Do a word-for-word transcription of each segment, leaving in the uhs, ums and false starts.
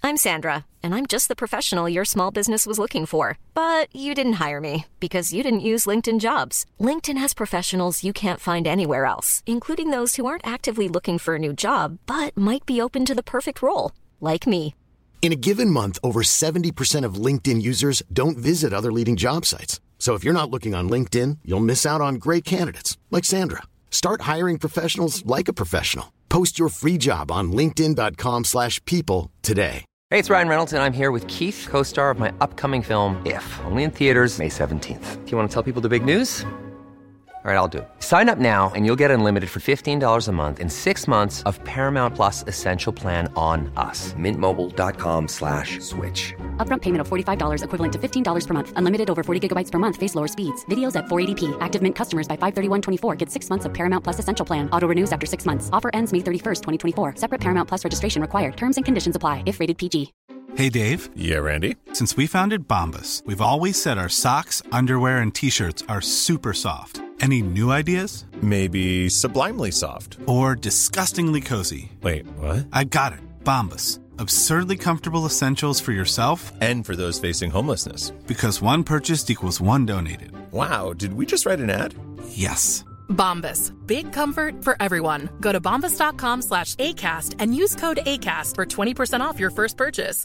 I'm Sandra, and I'm just the professional your small business was looking for. But you didn't hire me because you didn't use LinkedIn Jobs. LinkedIn has professionals you can't find anywhere else, including those who aren't actively looking for a new job, but might be open to the perfect role, like me. In a given month, over seventy percent of LinkedIn users don't visit other leading job sites. So if you're not looking on LinkedIn, you'll miss out on great candidates like Sandra. Start hiring professionals like a professional. Post your free job on linkedin dot com slash people today. Hey, it's Ryan Reynolds, and I'm here with Keith, co-star of my upcoming film, If, only in theaters May seventeenth. Do you want to tell people the big news? All right, I'll do it. Sign up now and you'll get unlimited for fifteen dollars a month and six months of Paramount Plus Essential Plan on us. Mint Mobile dot com slash switch. Upfront payment of forty-five dollars equivalent to fifteen dollars per month. Unlimited over forty gigabytes per month. Face lower speeds. Videos at four eighty p. Active Mint customers by five thirty-one twenty-four get six months of Paramount Plus Essential Plan. Auto renews after six months. Offer ends May thirty-first, twenty twenty-four. Separate Paramount Plus registration required. Terms and conditions apply if rated P G. Hey, Dave. Yeah, Randy. Since we founded Bombas, we've always said our socks, underwear, and T-shirts are super soft. Any new ideas? Maybe sublimely soft. Or disgustingly cozy. Wait, what? I got it. Bombas. Absurdly comfortable essentials for yourself and for those facing homelessness. Because one purchased equals one donated. Wow, did we just write an ad? Yes. Bombas. Big comfort for everyone. Go to bombas dot com slash ACAST and use code ACAST for twenty percent off your first purchase.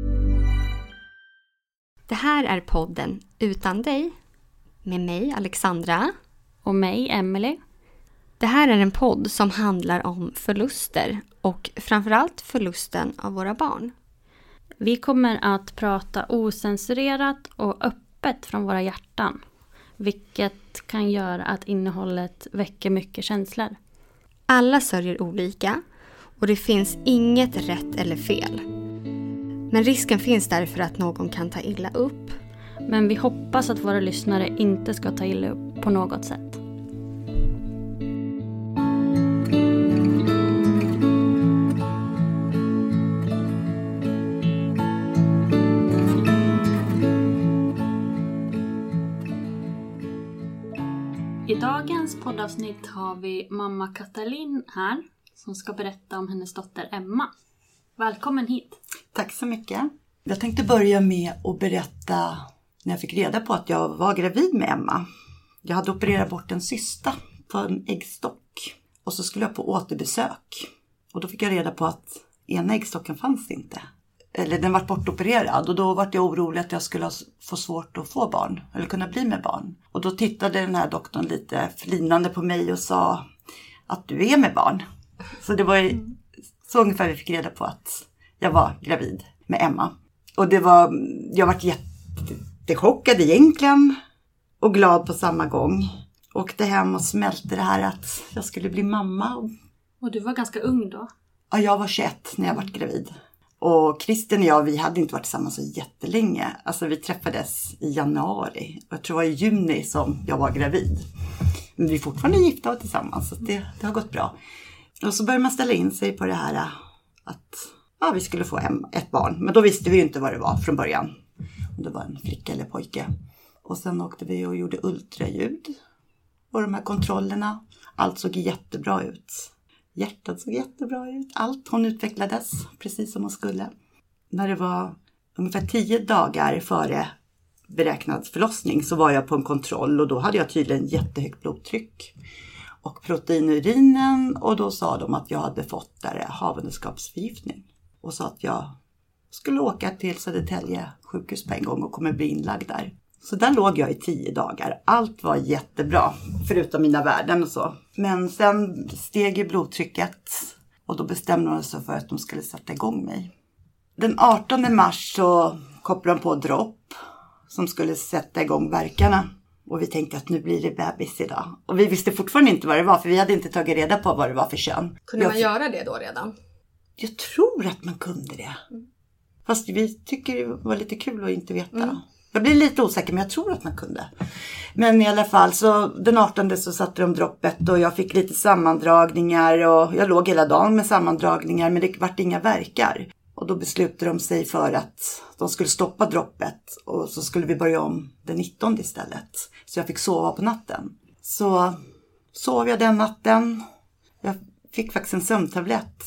Det här är podden Utan dig med mig Alexandra och mig Emily. Det här är en podd som handlar om förluster och framförallt förlusten av våra barn. Vi kommer att prata osensurerat och öppet från våra hjärtan, vilket kan göra att innehållet väcker mycket känslor. Alla sörjer olika och det finns inget rätt eller fel. Men risken finns därför att någon kan ta illa upp. Men vi hoppas att våra lyssnare inte ska ta illa upp på något sätt. I dagens poddavsnitt har vi mamma Katalin här som ska berätta om hennes dotter Emma. Välkommen hit. Tack så mycket. Jag tänkte börja med att berätta när jag fick reda på att jag var gravid med Emma. Jag hade opererat bort en cysta på en äggstock och så skulle jag på återbesök. Och då fick jag reda på att ena äggstocken fanns inte. Eller den var bortopererad och då var jag orolig att jag skulle få svårt att få barn. Eller kunna bli med barn. Och då tittade den här doktorn lite flinande på mig och sa att du är med barn. Så det var ju så ungefär vi fick reda på att jag var gravid med Emma. Och det var, jag var jättechockad egentligen och glad på samma gång. Åkte hem och smälte det här att jag skulle bli mamma. Och du var ganska ung då? Ja, jag var tjugoett när jag var gravid. Och Christian och jag, vi hade inte varit tillsammans så jättelänge. Alltså vi träffades i januari. Och jag tror det var i juni som jag var gravid. Men vi är fortfarande gifta och tillsammans. Så det, det har gått bra. Och så började man ställa in sig på det här att ja, vi skulle få hem ett barn. Men då visste vi ju inte vad det var från början. Om det var en flicka eller pojke. Och sen åkte vi och gjorde ultraljud. Och de här kontrollerna. Allt såg jättebra ut. Hjärtat såg jättebra ut. Allt, hon utvecklades precis som hon skulle. När det var ungefär tio dagar före beräknad förlossning så var jag på en kontroll. Och då hade jag tydligen jättehögt blodtryck. Och protein i urinen. Och då sa de att jag hade fått där havandeskapsförgiftning. Och sa att jag skulle åka till Södertälje sjukhus på en gång och kommer bli inlagd där. Så där låg jag i tio dagar. Allt var jättebra, förutom mina värden och så. Men sen steg ju blodtrycket och då bestämde de sig för att de skulle sätta igång mig. Den artonde mars så kopplade de på dropp som skulle sätta igång verkarna. Och vi tänkte att nu blir det bebis idag. Och vi visste fortfarande inte vad det var, för vi hade inte tagit reda på vad det var för kön. Kunde man jag... göra det då redan? Jag tror att man kunde det. Mm. Fast vi tycker det var lite kul att inte veta. Mm. Jag blir lite osäker, men jag tror att man kunde. Men i alla fall, så den artonde så satte de droppet och jag fick lite sammandragningar. Och jag låg hela dagen med sammandragningar, men det vart inga verkar. Och då beslutade de sig för att de skulle stoppa droppet. Och så skulle vi börja om den nittonde istället. Så jag fick sova på natten. Så sov jag den natten. Jag fick faktiskt en sömntablett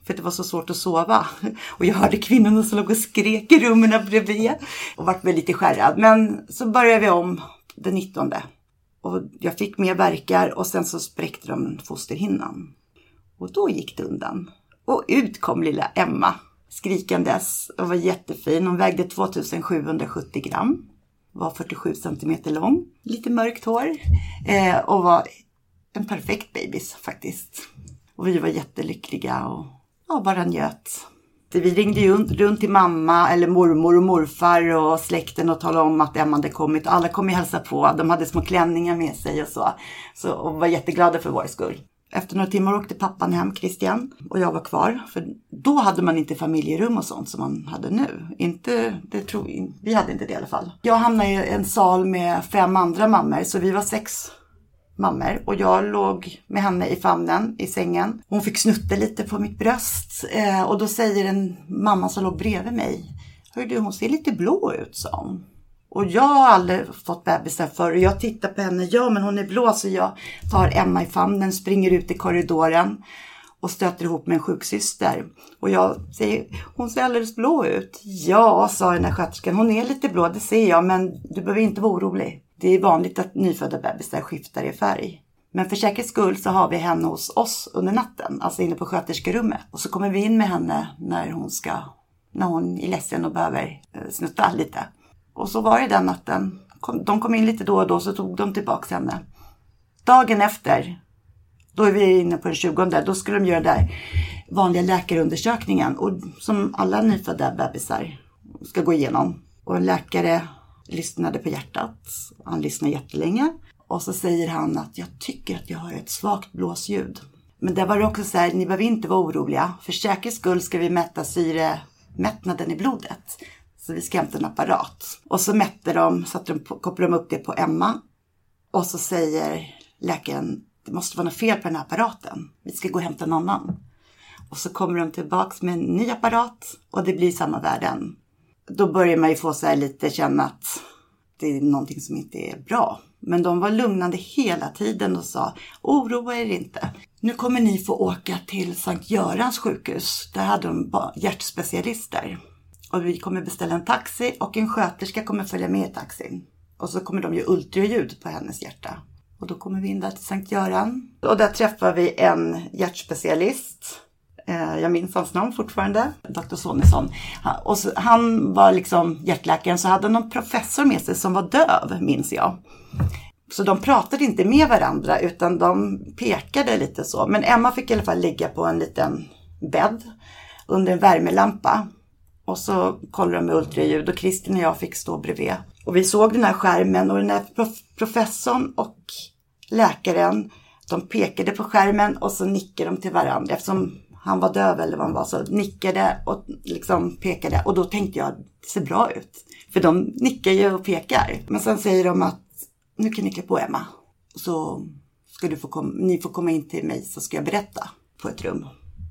För det var så svårt att sova. Och jag hörde kvinnorna som låg och skrek i rummen bredvid. Och vart väl lite skärrad. Men så började vi om den nittonde. Och jag fick mer verkar och sen så spräckte de fosterhinnan. Och då gick det undan. Och ut kom lilla Emma. Skrikandes. Och var jättefin. Hon vägde tvåtusensjuhundrasjuttio gram. Var fyrtiosju centimeter lång. Lite mörkt hår. Eh, och var en perfekt bebis faktiskt. Och vi var jättelyckliga och ja, bara njöt. Vi ringde ju runt till mamma eller mormor och morfar och släkten och talade om att Emma hade kommit. Alla kom ju hälsa på. De hade små klänningar med sig och så. så och var jätteglada för vår skull. Efter några timmar åkte pappan hem, Christian. Och jag var kvar. För då hade man inte familjerum och sånt som man hade nu. Inte, det tror vi, vi hade inte det i alla fall. Jag hamnade i en sal med fem andra mammor. Så vi var sex mammor. Och jag låg med henne i famnen i sängen. Hon fick snutta lite på mitt bröst. Eh, och då säger en mamma som låg bredvid mig. Hör du, hon ser lite blå ut, sa hon. Och jag har aldrig fått bebisar förr. Och jag tittar på henne. Ja, men hon är blå. Så jag tar Emma i famnen. Springer ut i korridoren. Och stöter ihop med en sjuksyster. Och jag säger, hon ser alldeles blå ut. Ja, sa den här sköterskan. Hon är lite blå, det ser jag. Men du behöver inte vara orolig. Det är vanligt att nyfödda bebisar skiftar i färg. Men för säkerhets skull så har vi henne hos oss under natten. Alltså inne på sköterskerummet. Och så kommer vi in med henne när hon ska. När hon är ledsen och behöver snutta lite. Och så var det den natten. De kom in lite då och då så tog de tillbaka henne. Dagen efter, då är vi inne på den tjugonde. Då skulle de göra den där vanliga läkarundersökningen. Och som alla nyfödda bebisar ska gå igenom. Och en läkare lyssnade på hjärtat. Han lyssnade jättelänge. Och så säger han att jag tycker att jag har ett svagt blåsljud. Men det var också så här, ni behöver inte vara oroliga. För säkerhets skull ska vi mäta syremättnaden i blodet. Så vi ska hämta en apparat. Och så mätte de, så att de kopplade de upp det på Emma. Och så säger läkaren, det måste vara något fel på den här apparaten. Vi ska gå och hämta en annan. Och så kommer de tillbaka med en ny apparat. Och det blir samma värden. Då börjar man ju få så här lite känna att det är någonting som inte är bra. Men de var lugnande hela tiden och sa, oroa er inte. Nu kommer ni få åka till Sankt Görans sjukhus. Där hade de hjärtspecialister. Och vi kommer beställa en taxi och en sköterska kommer följa med i taxin. Och så kommer de ju ultraljud på hennes hjärta. Och då kommer vi in där till Sankt Göran. Och där träffar vi en hjärtspecialist. Jag minns hans namn fortfarande. doktor Sonesson. Och så, han var liksom hjärtläkaren, så hade någon professor med sig som var döv, minns jag. Så de pratade inte med varandra utan de pekade lite så. Men Emma fick i alla fall ligga på en liten bädd under en värmelampa. Och så kollade de med ultraljud och Kristin och jag fick stå bredvid. Och vi såg den här skärmen och den här prof- professorn och läkaren, de pekade på skärmen och så nickade de till varandra. Eftersom han var döv eller vad han var, så nickade och liksom pekade. Och då tänkte jag, det ser bra ut. För de nickar ju och pekar. Men sen säger de att, nu kan ni klä på Emma. Så ska du få kom- ni får komma in till mig så ska jag berätta på ett rum.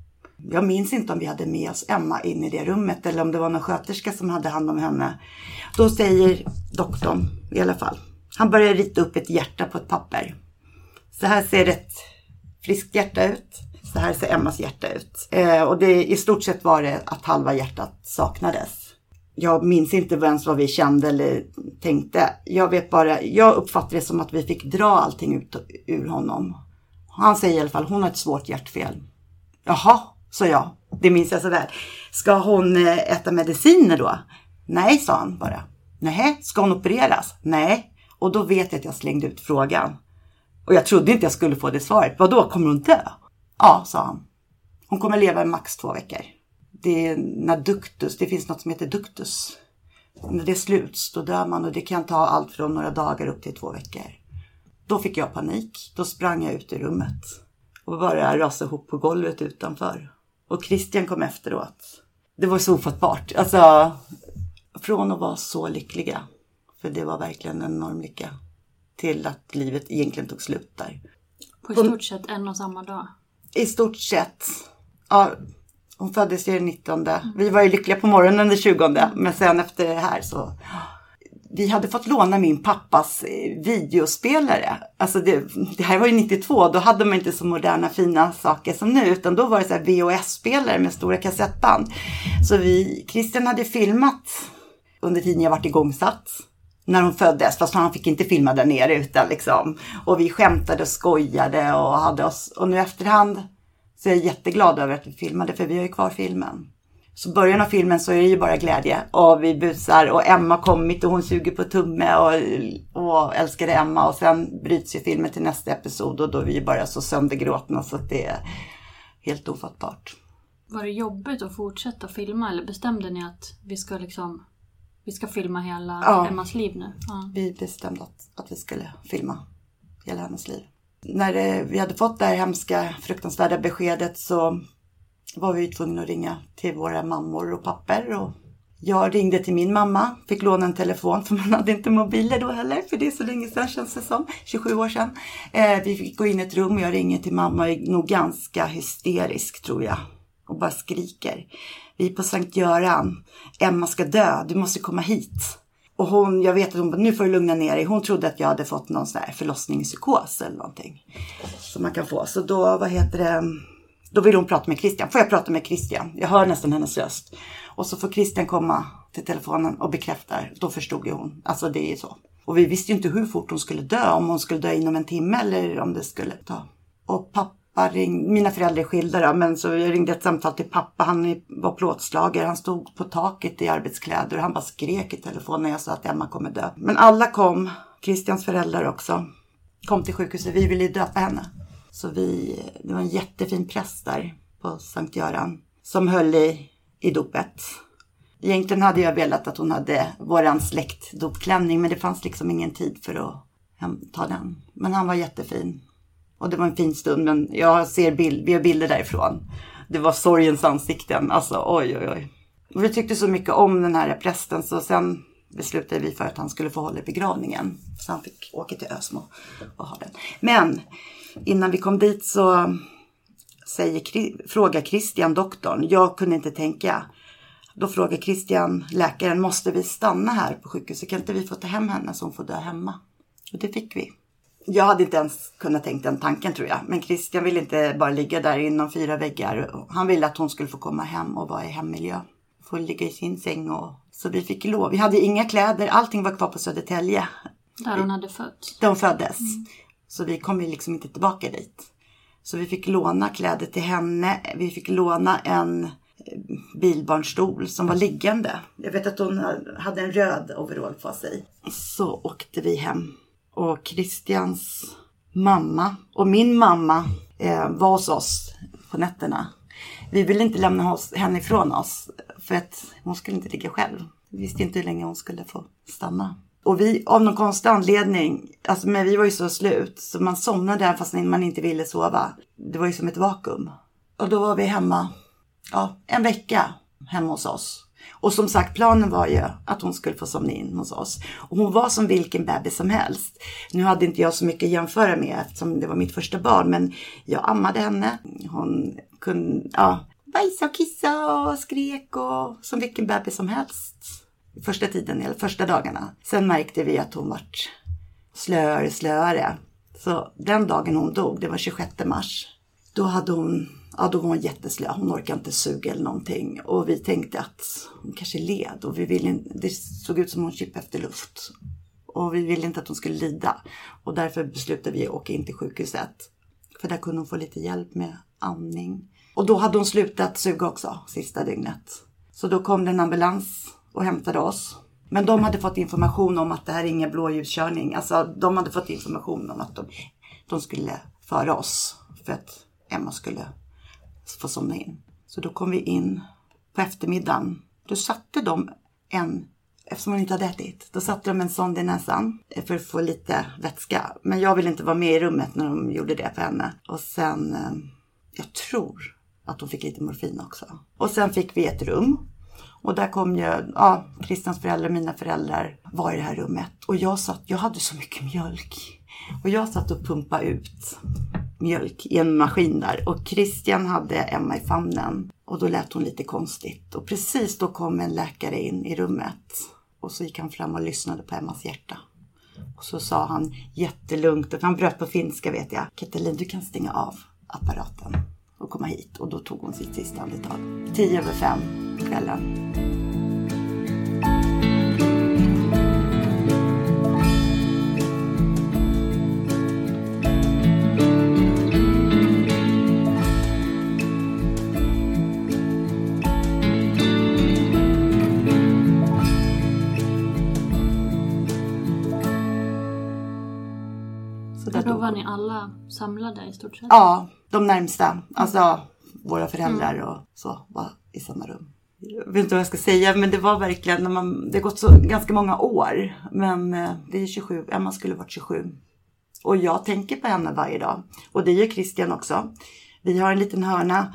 Jag minns inte om vi hade med oss Emma in i det rummet eller om det var någon sköterska som hade hand om henne. Då säger doktorn i alla fall. Han börjar rita upp ett hjärta på ett papper. Så här ser ett friskt hjärta ut. Så här ser Emmas hjärta ut. Eh, och det, i stort sett var det att halva hjärtat saknades. Jag minns inte ens vad vi kände eller tänkte. Jag vet bara, jag uppfattade det som att vi fick dra allting ut ur honom. Han säger i alla fall, hon har ett svårt hjärtfel. Jaha, sa jag. Det minns jag sådär. Ska hon äta mediciner då? Nej, sa han bara. Nej, ska hon opereras? Nej. Och då vet jag att jag slängde ut frågan. Och jag trodde inte jag skulle få det svaret. Vadå, kommer hon dö? Ja, sa han. Hon kommer leva i max två veckor. Det är när duktus, det finns något som heter duktus. När det sluts, då dör man och det kan ta allt från några dagar upp till två veckor. Då fick jag panik. Då sprang jag ut i rummet. Och bara rasade ihop på golvet utanför. Och Christian kom efteråt. Det var så ofattbart. Alltså, från att vara så lyckliga. För det var verkligen en enorm lycka. Till att livet egentligen tog slut där. På i stort sett en och samma dag? I stort sett. Ja, hon föddes ju den nittonde. Vi var ju lyckliga på morgonen den tjugonde. Men sen efter det här så... vi hade fått låna min pappas videospelare. Alltså det, det här var ju nittiotvå, då hade man inte så moderna fina saker som nu. Utan då var det så här V H S-spelare med stora kassettband. Så vi, Christian hade filmat under tiden jag varit igångsatt. När hon föddes, fast han fick inte filma där nere utan liksom. Och vi skämtade och skojade och hade oss. Och nu efterhand så är jag jätteglad över att vi filmade, för vi har ju kvar filmen. Så början av filmen så är det ju bara glädje. Och vi busar och Emma har kommit och hon suger på tumme och, och älskade Emma. Och sen bryts ju filmen till nästa episod och då är vi bara så söndergråtna så att det är helt ofattbart. Var det jobbigt att fortsätta filma eller bestämde ni att vi ska liksom... Vi ska filma hela ja. Emmas liv nu. Ja. Vi bestämde att, att vi skulle filma hela hennes liv. När det, vi hade fått det här hemska, fruktansvärda beskedet så var vi tvungna att ringa till våra mammor och papper. Och jag ringde till min mamma, fick låna en telefon för man hade inte mobiler då heller. För det är så länge sedan, känns det som, tjugosju år sedan. Eh, vi fick gå in i ett rum och jag ringer till mamma och är nog ganska hysterisk tror jag. Och bara skriker. Vi är på Sankt Göran. Emma ska dö. Du måste komma hit. Och hon, jag vet att hon bara, nu får du lugna ner dig. Hon trodde att jag hade fått någon sån här förlossningspsykos eller någonting. Som man kan få. Så då, vad heter det? Då vill hon prata med Christian. Får jag prata med Christian? Jag hör nästan hennes röst. Och så får Christian komma till telefonen och bekräftar. Då förstod ju hon. Alltså det är så. Och vi visste ju inte hur fort hon skulle dö. Om hon skulle dö inom en timme eller om det skulle ta. Och pappa. Ring, mina föräldrar skilda då, men så jag ringde ett samtal till pappa. Han var plåtslagare, han stod på taket i arbetskläder och han bara skrek i telefon när jag sa att Emma kommer dö. Men alla kom, Christians föräldrar också, kom till sjukhuset. Vi ville döpa henne. Så vi, det var en jättefin präst där på Sankt Göran som höll i, i dopet. Egentligen hade jag velat att hon hade våran släktdopklänning, men det fanns liksom ingen tid för att ta den. Men han var jättefin. Och det var en fin stund, men jag ser bild, vi har bilder därifrån. Det var sorgens ansikten, alltså oj oj oj. Och vi tyckte så mycket om den här prästen så sen beslutade vi för att han skulle få hålla i begravningen. Så han fick åka till Ösmo och ha den. Men innan vi kom dit så säger, frågar Christian doktorn, jag kunde inte tänka. Då frågar Christian läkaren, måste vi stanna här på sjukhuset? Kan inte vi få ta hem henne så hon får dö hemma? Och det fick vi. Jag hade inte ens kunnat tänka den tanken tror jag. Men Christian ville inte bara ligga där inom fyra väggar. Han ville att hon skulle få komma hem och vara i hemmiljö. Få ligga i sin säng. Och... Så vi fick lov. Vi hade inga kläder. Allting var kvar på Södertälje. Där hon hade fötts. Där hon föddes. Mm. Så vi kom liksom inte tillbaka dit. Så vi fick låna kläder till henne. Vi fick låna en bilbarnstol som var liggande. Jag vet att hon hade en röd overall på sig. Så åkte vi hem. Och Christians mamma och min mamma eh, var hos oss på nätterna. Vi ville inte lämna oss, henne ifrån oss för att hon skulle inte ligga själv. Vi visste inte hur länge hon skulle få stanna. Och vi, av någon konstig anledning, alltså men vi var ju så slut så man somnade där fast man inte ville sova. Det var ju som ett vakuum. Och då var vi hemma, ja, en vecka hemma hos oss. Och som sagt, planen var ju att hon skulle få somna in hos oss. Och hon var som vilken bebis som helst. Nu hade inte jag så mycket att jämföra med eftersom det var mitt första barn. Men jag ammade henne. Hon kunde ja, bajsa och kissa och skrek och som vilken bebis som helst. Första tiden, eller första dagarna. Sen märkte vi att hon var slöare, slöare. Så den dagen hon dog, det var tjugosjätte mars. Då hade hon... Ja, då var hon jätteslö. Hon orkade inte suga eller någonting. Och vi tänkte att hon kanske led. Och vi ville, det såg ut som hon kippade efter luft. Och vi ville inte att hon skulle lida. Och därför beslutade vi att åka in till sjukhuset. För där kunde hon få lite hjälp med amning. Och då hade hon slutat suga också, sista dygnet. Så då kom det en ambulans och hämtade oss. Men de hade fått information om att det här är ingen blåljuskörning. Alltså de hade fått information om att de, de skulle föra oss. För att Emma skulle... få somna in. Så då kom vi in på eftermiddagen. Då satte de en, eftersom hon inte hade ätit, då satte de en sond i näsan för att få lite vätska. Men jag ville inte vara med i rummet när de gjorde det för henne. Och sen, jag tror att hon fick lite morfin också. Och sen fick vi ett rum. Och där kom ju, ja, Christians föräldrar, mina föräldrar var i det här rummet. Och jag satt, jag hade så mycket mjölk. Och jag satt och pumpade ut mjölk i en maskin där. Och Christian hade Emma i famnen. Och då lät hon lite konstigt. Och precis då kom en läkare in i rummet. Och så gick han fram och lyssnade på Emmas hjärta. Och så sa han jättelugnt, att han bröt på finska vet jag. Katalin, du kan stänga av apparaten och komma hit. Och då tog hon sitt sista andetag. Tio över fem på kvällen. Då var ni alla samlade i stort sett? Ja, de närmsta. Alltså våra föräldrar och så var i samma rum. Jag vet inte vad jag ska säga, men det var verkligen, när man, det har gått så ganska många år. Men det är tjugosju, Emma skulle varit tjugosju. Och jag tänker på henne varje dag. Och det gör Christian också. Vi har en liten hörna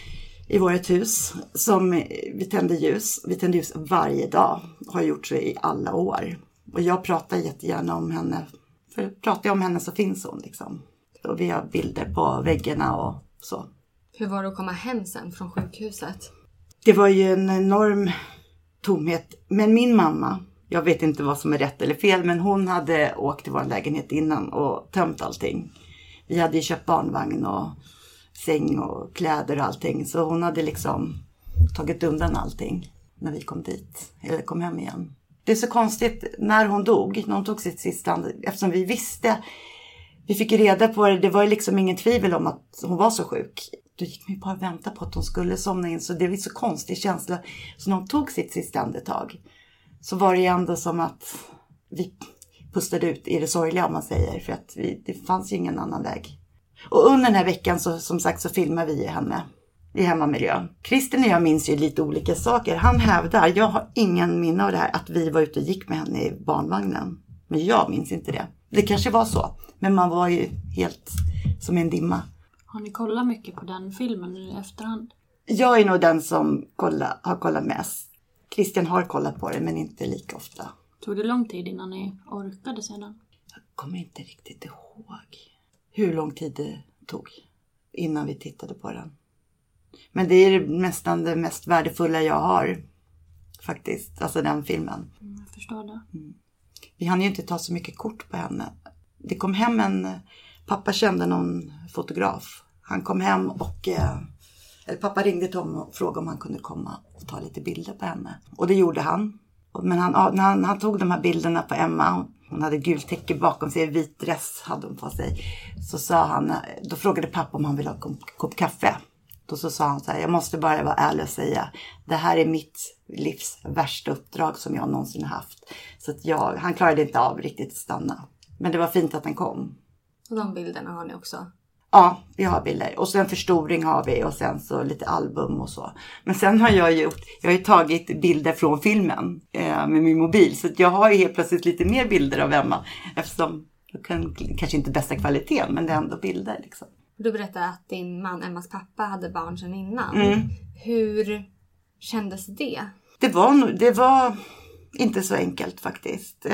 i vårt hus som vi tänder ljus. Vi tänder ljus varje dag. Har gjort så i alla år. Och jag pratar jättegärna om henne. För pratar jag om henne så finns hon liksom. Och vi har bilder på väggarna och så. Hur var det att komma hem sen från sjukhuset? Det var ju en enorm tomhet. Men min mamma, jag vet inte vad som är rätt eller fel, men hon hade åkt till vår lägenhet innan och tömt allting. Vi hade ju köpt barnvagn och säng och kläder och allting. Så hon hade liksom tagit undan allting när vi kom dit. Eller kom hem igen. Det är så konstigt när hon dog, när hon tog sitt sista, eftersom vi visste, vi fick reda på det, det var ju liksom ingen tvivel om att hon var så sjuk. Då gick vi bara och väntade på att hon skulle somna in, så det var så konstig känsla. Så när hon tog sitt sista andetag så var det ändå som att vi pustade ut i det sorgliga, om man säger, för att vi, det fanns ju ingen annan väg. Och under den här veckan så, som sagt, så filmar vi henne i hemmamiljö. Christian och jag minns ju lite olika saker. Han hävdar, jag har ingen minne av det här, att vi var ute och gick med henne i barnvagnen. Men jag minns inte det. Det kanske var så. Men man var ju helt som en dimma. Har ni kollat mycket på den filmen i efterhand? Jag är nog den som kolla, har kollat mest. Christian har kollat på det, men inte lika ofta. Tog det lång tid innan ni orkade sedan? Jag kommer inte riktigt ihåg hur lång tid det tog innan vi tittade på den. Men det är nästan det mest värdefulla jag har. Faktiskt. Alltså den filmen. Mm, jag förstår det. Mm. Vi hann ju inte ta så mycket kort på henne. Det kom hem en... Pappa kände någon fotograf. Han kom hem och... Eh, eller pappa ringde till honom och frågade om han kunde komma och ta lite bilder på henne. Och det gjorde han. Men han, när han, han tog de här bilderna på Emma... Hon hade gult täcke bakom sig, vit dress hade hon på sig. Så sa han... Då frågade pappa om han ville ha en kopp kaffe. Då så sa han så här, jag måste bara vara ärlig och säga, det här är mitt livs värsta uppdrag som jag någonsin har haft. Så att jag, han klarade inte av riktigt att stanna. Men det var fint att han kom. Och de bilderna har ni också? Ja, vi har bilder. Och sen förstoring har vi och sen så lite album och så. Men sen har jag gjort, jag har ju tagit bilder från filmen eh, med min mobil. Så att jag har ju helt plötsligt lite mer bilder av Emma. Eftersom, jag kan, kanske inte bästa kvaliteten, men det är ändå bilder liksom. Du berättade att din man, Emmas pappa, hade barn sedan innan. Mm. Hur kändes det? Det var, det var inte så enkelt faktiskt.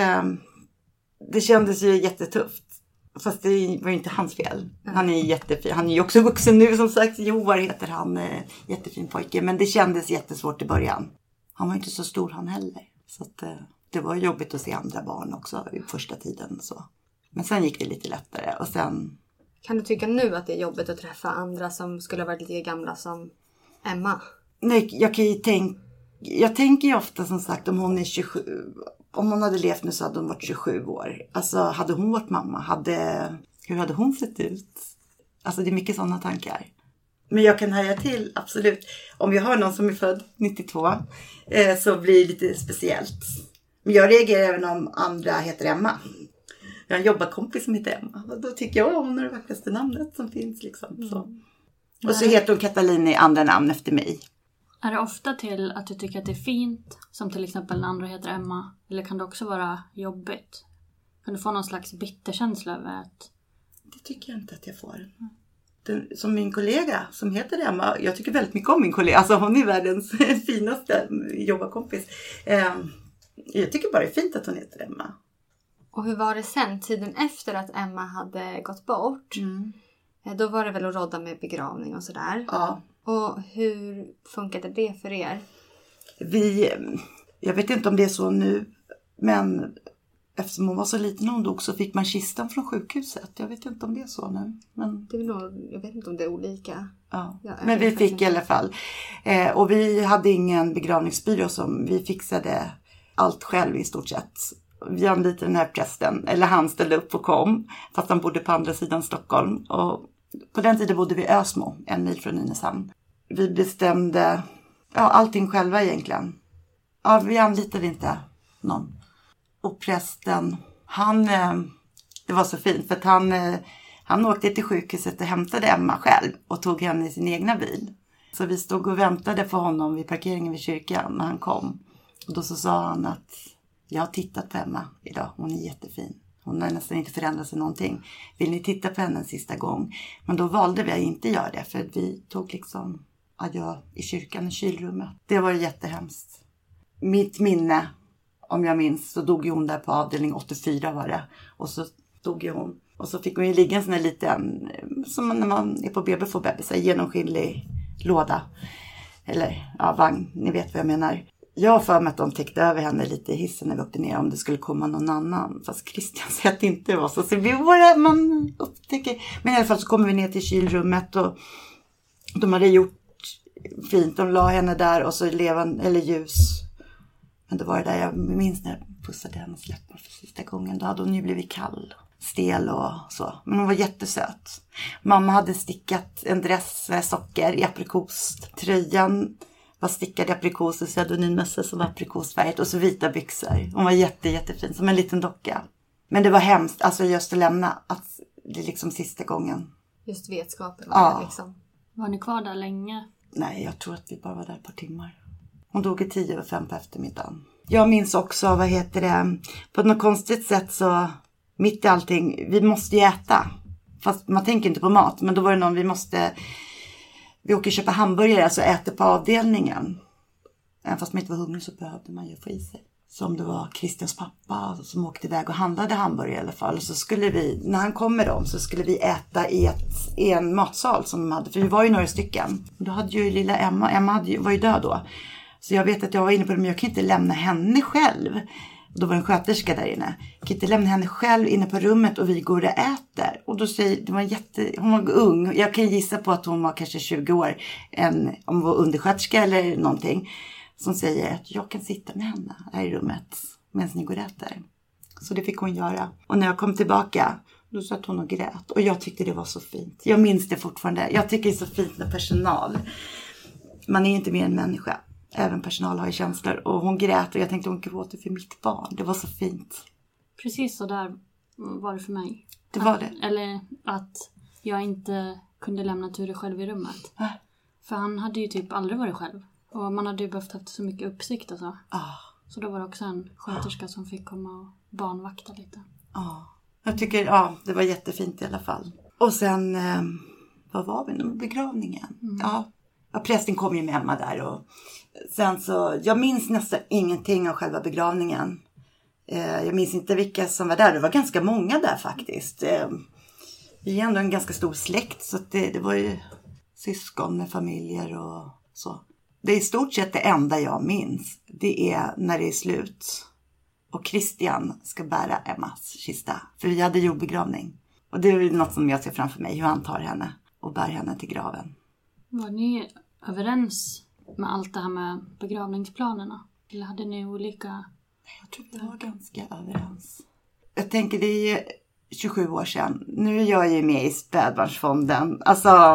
Det kändes ju jättetufft. Fast det var ju inte hans fel. Han är jättefin. Han är ju också vuxen nu som sagt. Joar heter han. Jättefin pojke. Men det kändes jättesvårt i början. Han var inte så stor han heller. Så att, det var jobbigt att se andra barn också i första tiden. Så. Men sen gick det lite lättare. Och sen... Kan du tycka nu att det är jobbigt att träffa andra som skulle ha varit lite gamla som Emma? Nej, jag kan ju tänka... Jag tänker ju ofta som sagt om hon är tjugosju... Om hon hade levt nu så hade hon varit tjugosju år. Alltså hade hon varit mamma? Hade, hur hade hon sett ut? Alltså det är mycket sådana tankar. Men jag kan haja till, absolut. Om jag har någon som är född nittiotvå eh, så blir det lite speciellt. Men jag reagerar även om andra heter Emma. Jag har en jobbarkompis som heter Emma. Och då tycker jag att hon är det vackraste namnet som finns. Liksom. Så. Och så heter hon Katalin i andra namn efter mig. Är det ofta till att du tycker att det är fint, som till exempel när andra heter Emma? Eller kan det också vara jobbigt? Kan du få någon slags bitterkänsla över att... Det tycker jag inte att jag får. Den, som min kollega som heter Emma, jag tycker väldigt mycket om min kollega. Alltså hon är världens finaste jobbarkompis. Eh, jag tycker bara det är fint att hon heter Emma. Och hur var det sen, tiden efter att Emma hade gått bort? Mm. Då var det väl att rodda med begravning och sådär. Ja. Och hur funkade det för er? Vi, jag vet inte om det är så nu Men eftersom hon var så liten när hon dog så fick man kistan från sjukhuset. Jag vet inte om det är så nu. Men... Det är nog, jag vet inte om det är olika. Ja. Men vi fick i alla fall. Eh, och vi hade ingen begravningsbyrå som vi fixade allt själv i stort sett. Vi anlitade den här prästen. Eller han ställde upp och kom. Fast han bodde på andra sidan Stockholm. Och på den tiden bodde vi i Ösmo. En mil från Nynäshamn. Vi bestämde ja, allting själva egentligen. Ja, vi anlitade inte någon. Och prästen, han, det var så fint för att han, han åkte till sjukhuset och hämtade Emma själv och tog henne i sin egna bil. Så vi stod och väntade på honom vid parkeringen vid kyrkan när han kom. Och då så sa han att jag har tittat på Emma idag, hon är jättefin. Hon har nästan inte förändrat sig någonting. Vill ni titta på henne en sista gång? Men då valde vi att inte göra det för vi tog liksom adjö i kyrkan i kylrummet. Det var jättehemskt. Mitt minne... Om jag minns så dog hon där på avdelning åttiofyra var det. Och så dog hon. Och så fick hon ju ligga en sån här liten, som när man är på B B får bebisar, genomskinlig låda. Eller ja, vagn, ni vet vad jag menar. Jag har för mig att de täckte över henne lite i hissen när vi åkte ner om det skulle komma någon annan. Fast Christian säger att det inte var så. Så vi var man upptäcker. Men i alla fall så kommer vi ner till kylrummet och de hade gjort fint. De la henne där och så levan, eller ljus. Men det var det där jag minns när jag pussade hennes läppar för sista gången. Då hade hon ju blivit kall, stel och så. Men hon var jättesöt. Mamma hade stickat en dress med socker i aprikos. Tröjan var stickad i aprikos och pseudonymössa som var aprikosfärget. Och så vita byxor. Hon var jätte, jättefin, som en liten docka. Men det var hemskt, alltså just att lämna. Att det är liksom sista gången. Just vetskapen. Ja. Liksom. Var ni kvar där länge? Nej, jag tror att vi bara var där ett par timmar. Hon dog i tio och fem på eftermiddagen. Jag minns också, vad heter det, på något konstigt sätt så, mitt i allting, vi måste ju äta. Fast man tänker inte på mat, men då var det någon, vi måste, vi åker köpa hamburgare, alltså äter på avdelningen. Även fast man inte var hungrig så behövde man ju få i sig. Så om det var Christians pappa som åkte iväg och handlade hamburgare i alla fall. Så skulle vi, när han kom med dem så skulle vi äta i, ett, i en matsal som de hade. För vi var ju några stycken. Då hade ju lilla Emma, Emma hade ju, var ju död då. Så jag vet att jag var inne på det, men jag kan inte lämna henne själv. Då var en sköterska där inne. Jag kan inte lämna henne själv inne på rummet och vi går och äter. Och då säger, det var jätte, hon var ung. Jag kan gissa på att hon var kanske tjugo år. En, om hon var undersköterska eller någonting. Som säger att jag kan sitta med henne här i rummet medan ni går och äter. Så det fick hon göra. Och när jag kom tillbaka, då satt hon och grät. Och jag tyckte det var så fint. Jag minns det fortfarande. Jag tycker det är så fint med personal. Man är ju inte mer än människa. Även personal har ju känslor. Och hon grät och jag tänkte hon gråter för mitt barn. Det var så fint. Precis så där var det för mig. Det var det. Att, eller att jag inte kunde lämna Ture själv i rummet. Äh. För han hade ju typ aldrig varit själv. Och man hade ju behövt haft så mycket uppsikt och så. Ah. Så då var det också en sköterska ah. som fick komma och barnvakta lite. Ja, ah. jag tycker ja, det var jättefint i alla fall. Och sen, eh, vad var vi nu? Begravningen. Mm. Ja. Ja, prästen kom ju med Emma där och sen så, jag minns nästan ingenting av själva begravningen. Eh, jag minns inte vilka som var där, det var ganska många där faktiskt. Eh, vi är ändå en ganska stor släkt så att det, det var ju syskon med familjer och så. Det är i stort sett det enda jag minns, det är när det är slut och Christian ska bära Emmas kista. För vi hade jordbegravning och det är något som jag ser framför mig, hur han tar henne och bär henne till graven. Var ni överens med allt det här med begravningsplanerna? Eller hade ni olika? Jag tror vi var ganska överens. Jag tänker det är tjugosju år sedan. Nu är jag ju med i spädbarnsfonden. Alltså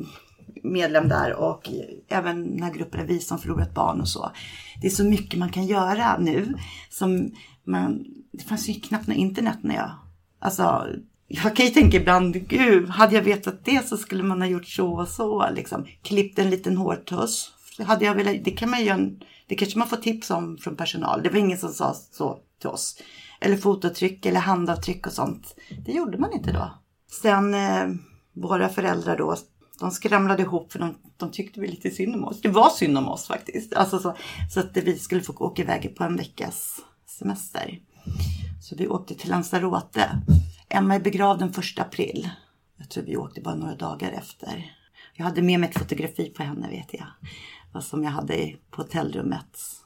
medlem där och även den här gruppen Vi som förlorat barn och så. Det är så mycket man kan göra nu. Som man, det fanns ju knappt något internet när jag... Alltså... Jag kan ju tänka ibland, gud, hade jag vetat det så skulle man ha gjort så och så. Liksom. Klippt en liten hårtuss. Hade jag velat, det kan man ju, det kanske man får tips om från personal. Det var ingen som sa så till oss. Eller fototryck eller handavtryck och sånt. Det gjorde man inte då. Sen eh, våra föräldrar då, de skramlade ihop för de, de tyckte vi lite synd om oss. Det var synd om oss faktiskt. Alltså så, så att vi skulle få åka iväg på en veckas semester. Så vi åkte till Lanzarote. Emma är begravd den första april. Jag tror vi åkte bara några dagar efter. Jag hade med mig ett fotografi på henne vet jag. Som jag hade på hotellrummet.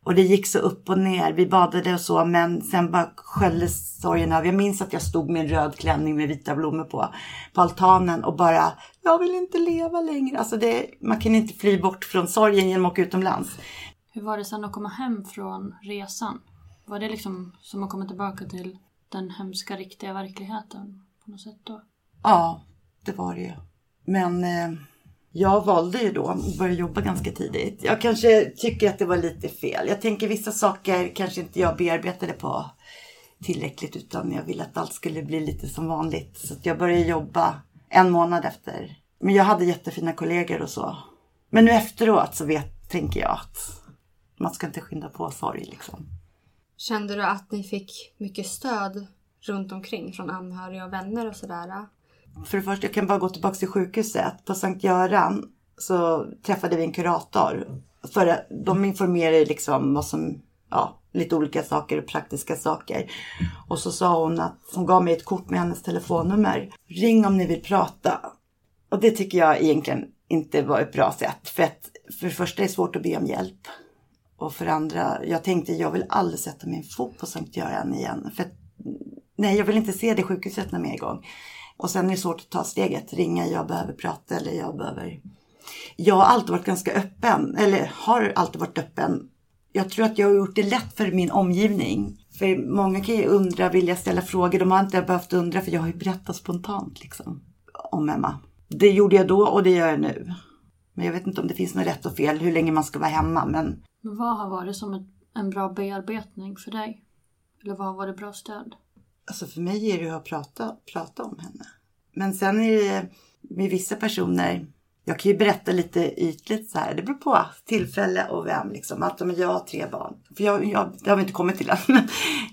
Och det gick så upp och ner. Vi badade och så. Men sen bara sköljdes sorgen över. Jag minns att jag stod med en röd klänning med vita blommor på. På altanen. Och bara, jag vill inte leva längre. Alltså det, man kan inte fly bort från sorgen genom att åka utomlands. Hur var det sen att komma hem från resan? Var det liksom som att komma tillbaka till den hemska riktiga verkligheten på något sätt då? Ja, det var det ju. Men eh, jag valde ju då att börja jobba ganska tidigt. Jag kanske tycker att det var lite fel. Jag tänker vissa saker kanske inte jag bearbetade på tillräckligt, utan jag ville att allt skulle bli lite som vanligt. Så att jag började jobba en månad efter. Men jag hade jättefina kollegor och så. Men nu efteråt så vet, tänker jag att man ska inte skynda på sorg liksom. Kände du att ni fick mycket stöd runt omkring från anhöriga och vänner och sådär? För det första, jag kan bara gå tillbaka till sjukhuset. På Sankt Göran så träffade vi en kurator. För de informerade liksom vad som, ja, lite olika saker och praktiska saker. Och så sa hon att hon gav mig ett kort med hennes telefonnummer. Ring om ni vill prata. Och det tycker jag egentligen inte var ett bra sätt. För att för det första är det svårt att be om hjälp. Och för andra, jag tänkte jag vill aldrig sätta min fot på Sankt Göran igen. För att, nej, jag vill inte se det sjukhuset när mer gång. Och sen är det svårt att ta steget. Ringa, jag behöver prata eller jag behöver... Jag har alltid varit ganska öppen. Eller har alltid varit öppen. Jag tror att jag har gjort det lätt för min omgivning. För många kan ju undra, vill jag ställa frågor. De har inte behövt undra, för jag har ju berättat spontant liksom, om Emma. Det gjorde jag då och det gör jag nu. Men jag vet inte om det finns något rätt och fel. Hur länge man ska vara hemma. Men, men vad har varit som ett, en bra bearbetning för dig? Eller vad var det bra stöd? Alltså för mig är det att prata, prata om henne. Men sen är det med vissa personer... Jag kan ju berätta lite ytligt så här. Det beror på tillfälle och vem liksom. Att jag har tre barn. För jag, jag, det har vi inte kommit till än.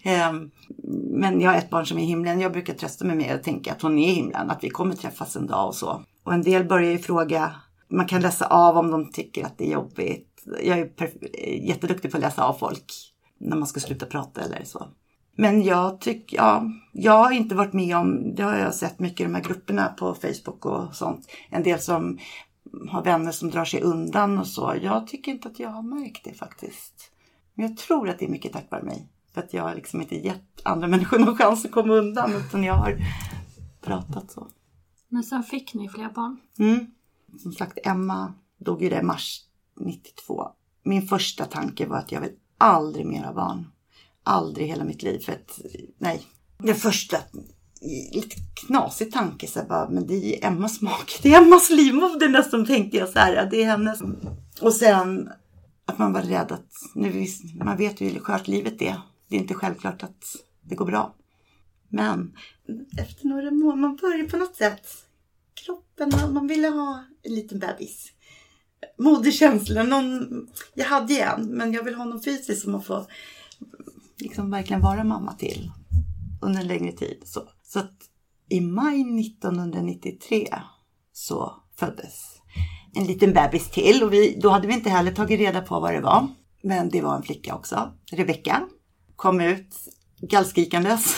Men jag har ett barn som är i himlen. Jag brukar trösta mig med att tänka att hon är i himlen. Att vi kommer träffas en dag och så. Och en del börjar ju fråga. Man kan läsa av om de tycker att det är jobbigt. Jag är perf- jätteduktig på att läsa av folk. När man ska sluta prata eller så. Men jag tycker, ja, jag har inte varit med om, det har jag sett mycket i de här grupperna på Facebook och sånt. En del som har vänner som drar sig undan och så. Jag tycker inte att jag har märkt det faktiskt. Men jag tror att det är mycket tack vare mig. För att jag har liksom inte gett andra människor någon chans att komma undan, utan jag har pratat så. Men sen fick ni fler barn? Mm. Som sagt, Emma dog ju det i mars nittiotvå. Min första tanke var att jag vill aldrig mer ha barn. Aldrig hela mitt liv. För att, nej. Den första lite knasig tanke. Så bara, men det är Emmas smak. Det är Emmas livmoder nästan, tänkte jag så här. Det är hennes. Och sen att man var rädd att. Nu, man vet ju hur skört livet är. Det är inte självklart att det går bra. Men efter några månader. Man börjar på något sätt. Kroppen. Man, man ville ha en liten bebis. Moderkänslan. Någon, jag hade en. Men jag vill ha någon fysiskt som man får. Liksom verkligen vara mamma till under en längre tid. Så, så att i maj nittonhundranittiotre så föddes en liten bebis till. Och vi, då hade vi inte heller tagit reda på vad det var. Men det var en flicka också. Rebecka kom ut gallskrikandes.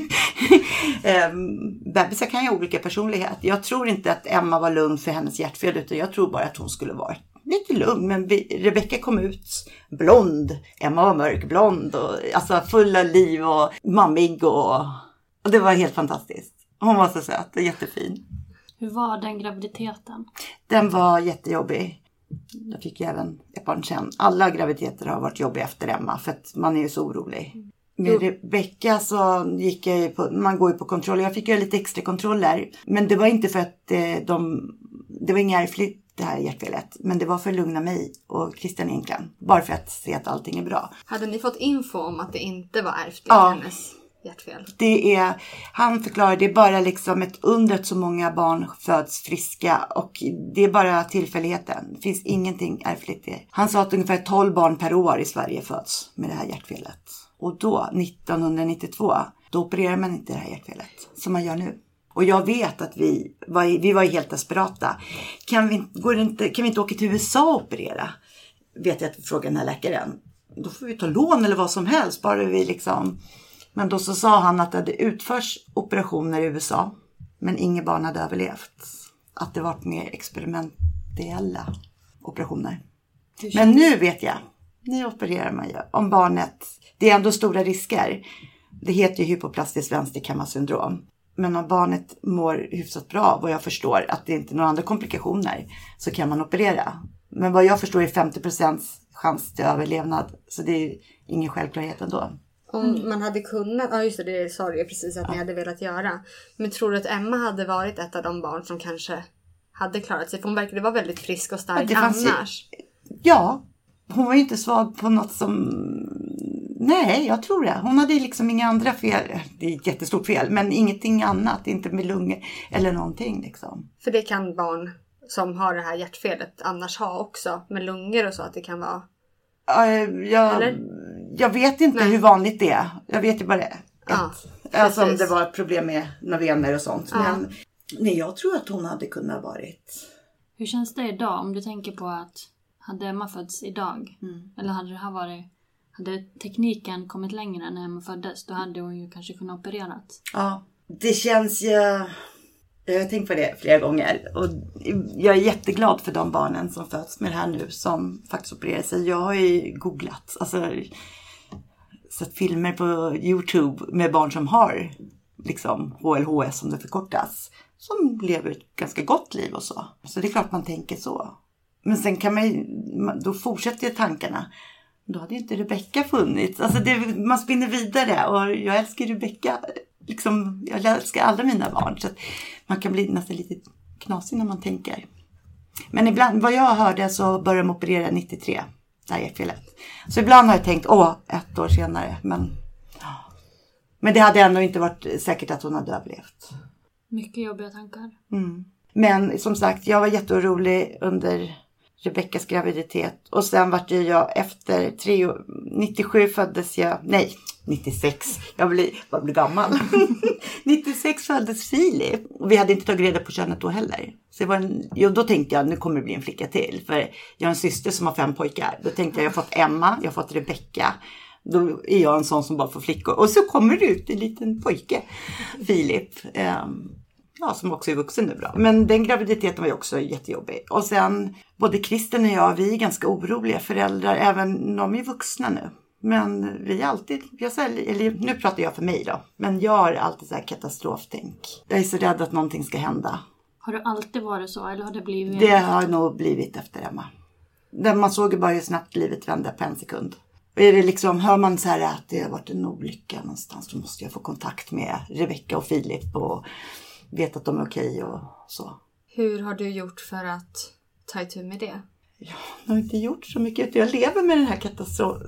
Bebisar kan ju ha olika personlighet. Jag tror inte att Emma var lugn för hennes hjärtfel. Utan jag tror bara att hon skulle vara lite lugn, men Rebecka kom ut blond. Emma var mörkblond och alltså full av liv och mammig och, och det var helt fantastiskt. Hon var så söt och jättefin. Hur var den graviditeten? Den var jättejobbig. Jag fick ju även ett barn sen. Alla graviditeter har varit jobbiga efter Emma för att man är ju så orolig. Med mm. Rebecka så gick jag ju på, man går ju på kontroller. Jag fick göra lite extra kontroller. Men det var inte för att eh, de, det var inga ärftligt det här hjärtfelet. Men det var för att lugna mig och Christian egentligen. Bara för att se att allting är bra. Hade ni fått info om att det inte var ärftligt, ja, hennes hjärtfel? Det är, han förklarar, det är bara liksom ett under att så många barn föds friska. Och det är bara tillfälligheten. Det finns ingenting ärftligt. Han sa att ungefär tolv barn per år i Sverige föds med det här hjärtfelet. Och då, nittonhundranittiotvå, då opererar man inte det här hjärtfelet som man gör nu. Och jag vet att vi var, vi var helt desperata. Kan vi, går det inte, kan vi inte åka till U S A och operera? Vet jag att vi frågade den här läkaren. Då får vi ta lån eller vad som helst. Bara vi liksom. Men då så sa han att det hade utförs operationer i U S A. Men inga barn hade överlevt. Att det varit mer experimentella operationer. Men nu vet jag. nu opererar man ju. Om barnet, det är ändå stora risker. Det heter ju hypoplastisk vänsterkammarsyndrom. Men om barnet mår hyfsat bra, vad jag förstår, att det inte är några andra komplikationer, så kan man operera. Men vad jag förstår är femtio procent chans till överlevnad. Så det är ingen självklarhet ändå. Om man hade kunnat, ja just det, det sa du precis att ja. ni hade velat göra. Men tror du att Emma hade varit ett av de barn som kanske hade klarat sig? För hon verkade vara väldigt frisk och stark ja, annars. Ju, ja, hon var ju inte svag på något som... Nej, jag tror det. Hon hade liksom inga andra fel. Det är ett jättestort fel, men ingenting annat. Inte med lungor eller någonting liksom. För det kan barn som har det här hjärtfelet annars ha också. Med lungor och så, att det kan vara... Uh, jag, jag vet inte Nej. hur vanligt det är. Jag vet ju bara det. Ja, alltså om det var ett problem med vener och sånt. Ja. Men nej, jag tror att hon hade kunnat varit... Hur känns det idag om du tänker på att hade Emma fötts idag? Mm. Eller hade det här varit... Hade tekniken kommit längre när Emma föddes, då hade hon ju kanske kunnat opererat. Ja, det känns ju... Jag har tänkt på det flera gånger. Och jag är jätteglad för de barnen som föds med det här nu, som faktiskt opererar sig. Jag har ju googlat, alltså sett filmer på YouTube med barn som har liksom H L H S som det förkortas. Som lever ett ganska gott liv och så. Så det är klart man tänker så. Men sen kan man ju, då fortsätter ju tankarna. Då hade ju inte Rebecca funnits. Alltså det, man spinner vidare. Och jag älskar Rebecca. Liksom, jag älskar alla mina barn. Så att man kan bli nästan lite knasig när man tänker. Men ibland, vad jag hörde, så började de operera nittiotre. Det här är felet. Så ibland har jag tänkt, åh, ett år senare. Men, men det hade ändå inte varit säkert att hon hade överlevt. Mycket jobbiga tankar. Mm. Men som sagt, jag var jätteorolig under Rebeccas graviditet. Och sen var det jag efter tre år, nittiosju föddes jag, nej, nittiosex, jag blir, jag blir gammal. nittiosex föddes Filip. Och vi hade inte tagit reda på könet då heller. Så det var en, jo, då tänkte jag, nu kommer det bli en flicka till. För jag har en syster som har fem pojkar. Då tänkte jag, jag har fått Emma, jag har fått Rebecca. Då är jag en sån som bara får flickor. Och så kommer det ut en liten pojke, Filip. Um, Ja, som också är vuxen nu bra. Men den graviditeten var ju också jättejobbig. Och sen, både Kristen och jag, vi är ganska oroliga föräldrar. Även de är vuxna nu. Men vi är alltid, jag säger, eller nu pratar jag för mig då. Men jag har alltid så här katastroftänk. Jag är så rädd att någonting ska hända. Har det alltid varit så, eller har det blivit? Det har nog blivit efter Emma. Där man såg ju bara hur snabbt livet vände på en sekund. Och är det liksom, hör man så här att det har varit en olycka någonstans, då måste jag få kontakt med Rebecca och Filip och vet att de är okej och så. Hur har du gjort för att ta itu med det? Ja, jag har inte gjort så mycket. Jag lever med den här katastrof,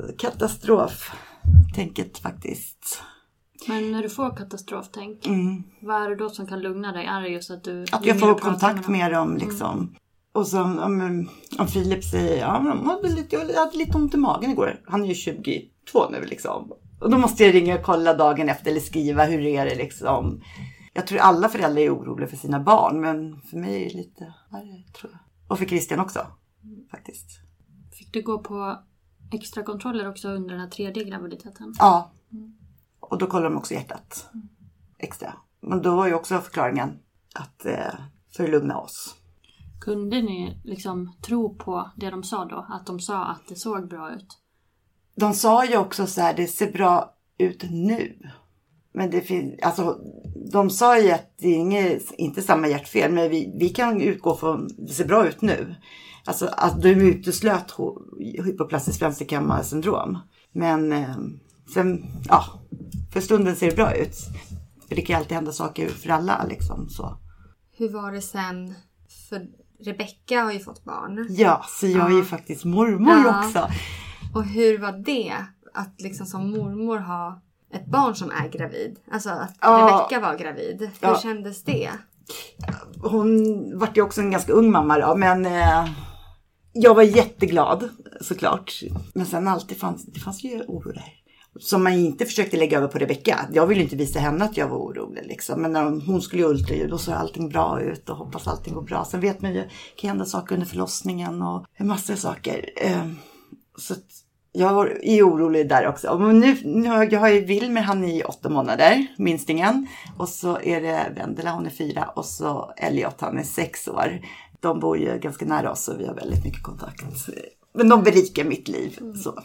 katastroftänket faktiskt. Men när du får katastroftänk, mm. vad är det då som kan lugna dig? Är det just att du... Att jag får kontakt med, med dem liksom. Mm. Och så om, om Filip säger, ja, jag hade, lite, jag hade lite ont i magen igår. Han är ju tjugotvå nu liksom. Och då måste jag ringa och kolla dagen efter eller skriva, hur är det liksom. Jag tror alla föräldrar är oroliga för sina barn. Men för mig är det lite värre, tror jag. Och för Christian också, faktiskt. Fick du gå på extra kontroller också under den här tredje graviditeten? Ja. Mm. Och då kollar de också hjärtat. Mm. Extra. Men då var ju också förklaringen att eh, förlugna oss. Kunde ni liksom tro på det de sa då? Att de sa att det såg bra ut? De sa ju också så här, det ser bra ut nu. Men det finns, alltså, de sa ju att det är inget, inte samma hjärtfel, men vi, vi kan utgå från att det ser bra ut nu. Alltså att du uteslöt hypoplastisk vänsterkammarsyndrom. Men eh, sen, ja, för stunden ser det bra ut. För det kan alltid hända saker för alla liksom så. Hur var det sen? För Rebecca har ju fått barn. Ja, så jag är ju faktiskt mormor ja. också. Och hur var det att liksom som mormor ha ett barn som är gravid? Alltså att ja. Rebecca var gravid. Hur ja. kändes det? Hon var ju också en ganska ung mamma då. Men eh, jag var jätteglad såklart. Men sen alltid fanns det fanns ju oro där. Som man inte försökte lägga över på Rebecca. Jag ville inte visa henne att jag var orolig liksom. Men när hon skulle ultraljud, då såg allting bra ut och hoppas allting går bra. Sen vet man ju, det kan hända saker under förlossningen och en massa saker. Eh, så att jag är orolig där också. Men nu, nu jag har ju Wilmer, han är i åtta månader, minstingen. Och så är det Vendela, hon är fyra. Och så Elliot, han är sex år. De bor ju ganska nära oss och vi har väldigt mycket kontakt. Men de berikar mitt liv. Mm. Så.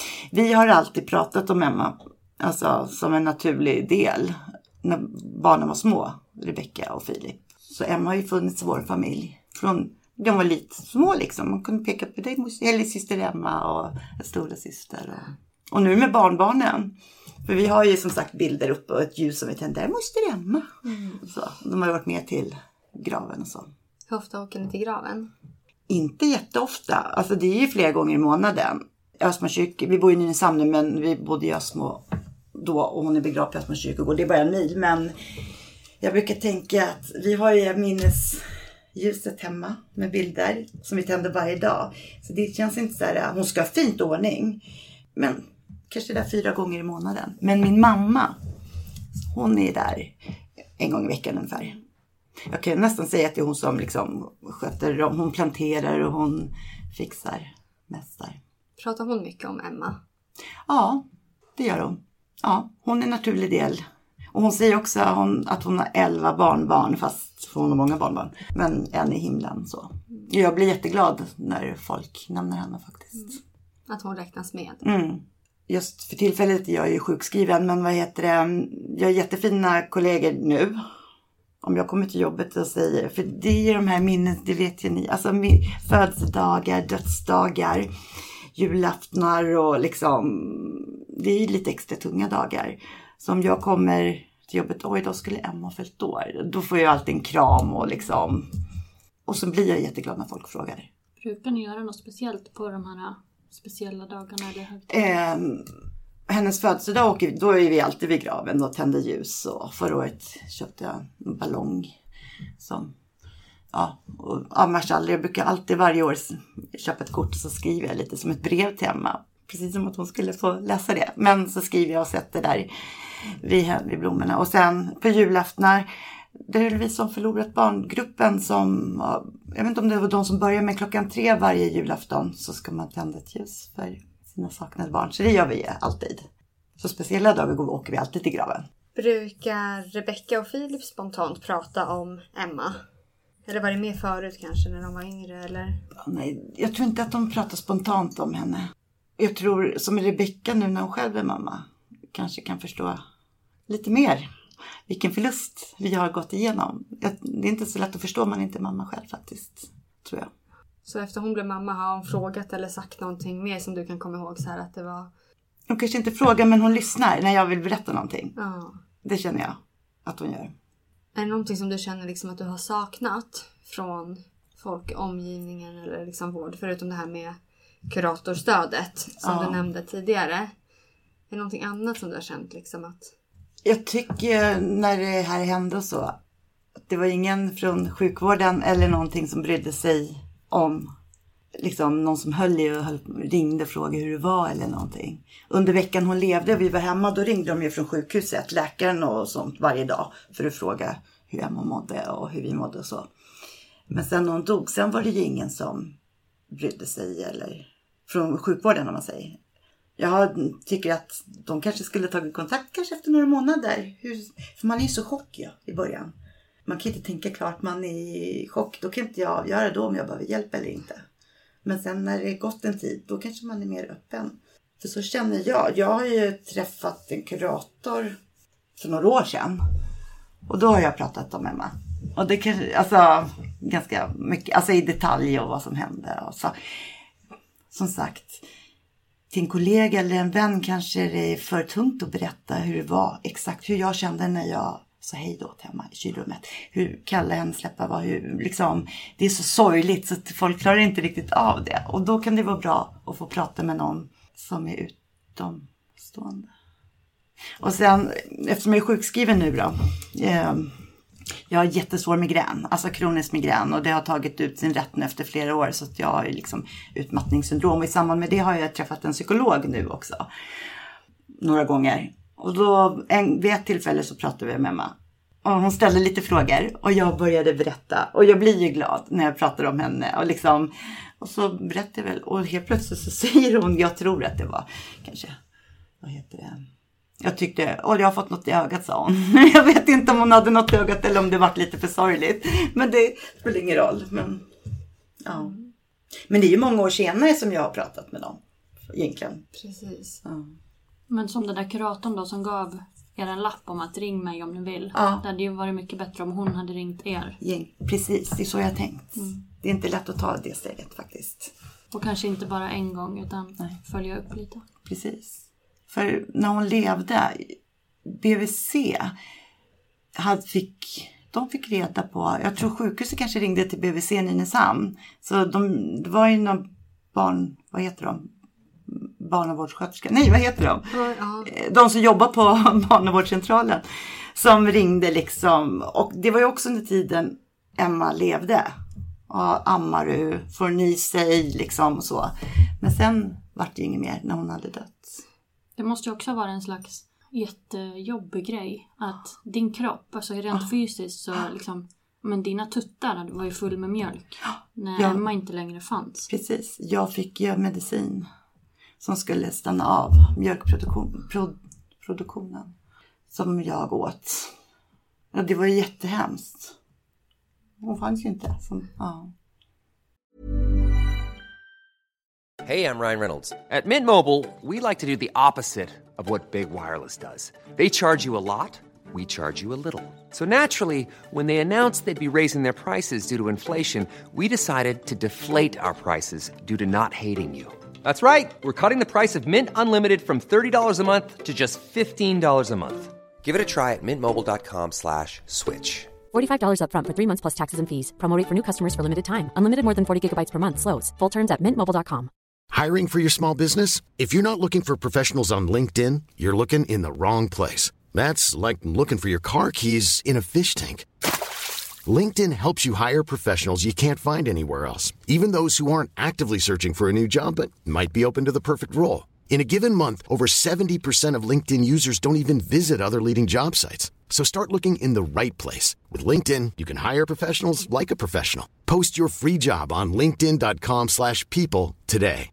Vi har alltid pratat om Emma. Alltså som en naturlig del. När barnen var små. Rebecca och Filip. Så Emma har ju funnits i vår familj. Från de var lite små liksom. Man kunde peka på dig. Eller syster Emma och en stora syster. Och, och nu med barnbarnen. För vi har ju som sagt bilder uppe och ett ljus som vi tänder. Där måste det Emma. Mm. Så, de har varit med till graven och så. Hur ofta åker ni till graven? Inte jätteofta. Alltså det är ju flera gånger i månaden. Östma kyrka, vi bor i Nynäshamn men vi bodde i Östmo då. Och hon är begravd på Östma kyrkogård. Det är bara en mil. Men jag brukar tänka att vi har ju minnesljuset hemma med bilder. Som vi tänder varje dag. Så det känns inte så här. Hon ska ha fint ordning. Men... Kanske där fyra gånger i månaden. Men min mamma, hon är där en gång i veckan ungefär. Jag kan nästan säga att det är hon som liksom sköter dem. Hon planterar och hon fixar mest där. Pratar hon mycket om Emma? Ja, det gör hon. Ja, hon är en naturlig del. Och hon säger också att hon har elva barnbarn, fast hon har många barnbarn. Men en i himlen så. Jag blir jätteglad när folk nämner henne faktiskt. Mm. Att hon räknas med. Mm. Just för tillfället är jag ju sjukskriven, men vad heter det, jag har jättefina kollegor nu. Om jag kommer till jobbet och säger, för det är de här minnen, det vet ju ni, alltså födelsedagar, dödsdagar, julaftnar och liksom, det är lite extra tunga dagar. Så om jag kommer till jobbet, oj då skulle Emma ha fyllt år, då får jag alltid en kram och liksom, och så blir jag jätteglad när folk frågar. Brukar ni göra något speciellt på de här speciella dagarna eller eh, hennes födelsedag åker vi, då är vi alltid vid graven och tänder ljus. Och förra året köpte jag en ballong som, ja, och ja, Marshall, jag brukar alltid varje år köpa ett kort och så skriver jag lite som ett brev till Emma. Precis som att hon skulle få läsa det. Men så skriver jag och sätter där vid, vid blommorna. Och sen på julaftnar, det är vi som förlorat barngruppen som, jag vet inte om det var de som börjar med klockan tre varje julafton, så ska man tända ett ljus för sina saknade barn. Så det gör vi alltid. Så speciella dagar går, åker vi alltid till graven. Brukar Rebecca och Filip spontant prata om Emma? Eller var det mer förut kanske när de var yngre? Eller? Nej, jag tror inte att de pratar spontant om henne. Jag tror som Rebecca nu när hon själv är mamma kanske kan förstå lite mer. Vilken förlust vi har gått igenom. Det är inte så lätt att förstå om man inte är mamma själv faktiskt, tror jag. Så efter hon blev mamma har hon frågat eller sagt någonting mer som du kan komma ihåg så här att det var... Hon kanske inte frågar men hon lyssnar när jag vill berätta någonting. Ja. Det känner jag att hon gör. Är det någonting som du känner liksom att du har saknat från folk i omgivningen eller liksom vård? Förutom det här med kuratorstödet som ja. du nämnde tidigare. Är det någonting annat som du har känt liksom att... Jag tycker när det här hände så att det var ingen från sjukvården eller någonting som brydde sig om liksom någon som höll i och höll, ringde och frågade hur det var eller någonting. Under veckan hon levde och vi var hemma, då ringde de ju från sjukhuset, läkaren och sånt varje dag för att fråga hur Emma mådde och hur vi mådde och så. Men sen när hon dog, sen var det ju ingen som brydde sig eller från sjukvården om man säger. Jag tycker att de kanske skulle tagit kontakt kanske efter några månader. Hur, för man är ju så chock ja, i början. Man kan inte tänka klart man är i chock. Då kan inte jag avgöra då om jag behöver hjälp eller inte. Men sen när det är gått en tid, då kanske man är mer öppen. För så känner jag. Jag har ju träffat en kurator för några år sedan. Och då har jag pratat om Emma. Och det kanske, alltså ganska mycket, alltså i detalj och vad som hände. Och så, som sagt... Till en kollega eller en vän kanske det är för tungt att berätta hur det var. Exakt hur jag kände när jag sa hej då till hemma i kylrummet. Hur Kalle henne släppa var. Hur, liksom, det är så sorgligt så att folk klarar inte riktigt av det. Och då kan det vara bra att få prata med någon som är utomstående. Och sen, eftersom jag är sjukskriven nu då. Eh, jag har jättesvår migrän, alltså kronisk migrän, och det har tagit ut sin rätt nu efter flera år, så att jag har liksom utmattningssyndrom, och i samband med det har jag träffat en psykolog nu också några gånger. Och då en, vid ett tillfälle så pratade vi med Emma och hon ställde lite frågor och jag började berätta, och jag blir ju glad när jag pratar om henne och liksom, och så berättade jag väl, och helt plötsligt så säger hon, jag tror att det var kanske, vad heter det? Jag tyckte, åh jag har fått något i ögat, sa hon. Jag vet inte om hon hade något i ögat eller om det var lite för sorgligt. Men det spelar ingen roll. Men, ja. Men det är ju många år senare som jag har pratat med dem. Egentligen. Precis. Ja. Men som den där kuratorn då som gav er en lapp om att ring mig om ni vill. Ja. Det hade ju varit mycket bättre om hon hade ringt er. Precis, det är så jag har tänkt. Mm. Det är inte lätt att ta det steget faktiskt. Och kanske inte bara en gång utan Nej. följa upp lite. Precis. För när hon levde, B V C hade fick, de fick reda på, jag tror sjukhuset kanske ringde till B V C i Nynäshamn. Så de, det var ju någon barn, vad heter de? Barnavårdssköterska. Nej, vad heter de? Ja, ja. De som jobbar på barnavårdscentralen. Som ringde liksom. Och det var ju också under tiden Emma levde. Ja, ammar du, får ni sig liksom och så. Men sen var det inget mer när hon hade dött. Det måste ju också vara en slags jättejobbig grej. Att din kropp, alltså rent fysiskt så liksom, men dina tuttar var ju full med mjölk. När Ja. Emma inte längre fanns. Precis, jag fick ju medicin som skulle stanna av mjölkproduktionen pro, produktionen, som jag åt. Och det var ju jättehemskt. Hon fanns ju inte. Som, ja. Hey, I'm Ryan Reynolds. At Mint Mobile, we like to do the opposite of what Big Wireless does. They charge you a lot, we charge you a little. So naturally, when they announced they'd be raising their prices due to inflation, we decided to deflate our prices due to not hating you. That's right. We're cutting the price of Mint Unlimited from thirty dollars a month to just fifteen dollars a month. Give it a try at mintmobile.com slash switch. forty-five dollars up front for three months plus taxes and fees. Promo rate for new customers for limited time. Unlimited more than forty gigabytes per month slows. Full terms at mint mobile dot com. Hiring for your small business? If you're not looking for professionals on LinkedIn, you're looking in the wrong place. That's like looking for your car keys in a fish tank. LinkedIn helps you hire professionals you can't find anywhere else, even those who aren't actively searching for a new job but might be open to the perfect role. In a given month, over seventy percent of LinkedIn users don't even visit other leading job sites. So start looking in the right place. With LinkedIn, you can hire professionals like a professional. Post your free job on linkedin dot com slash people today.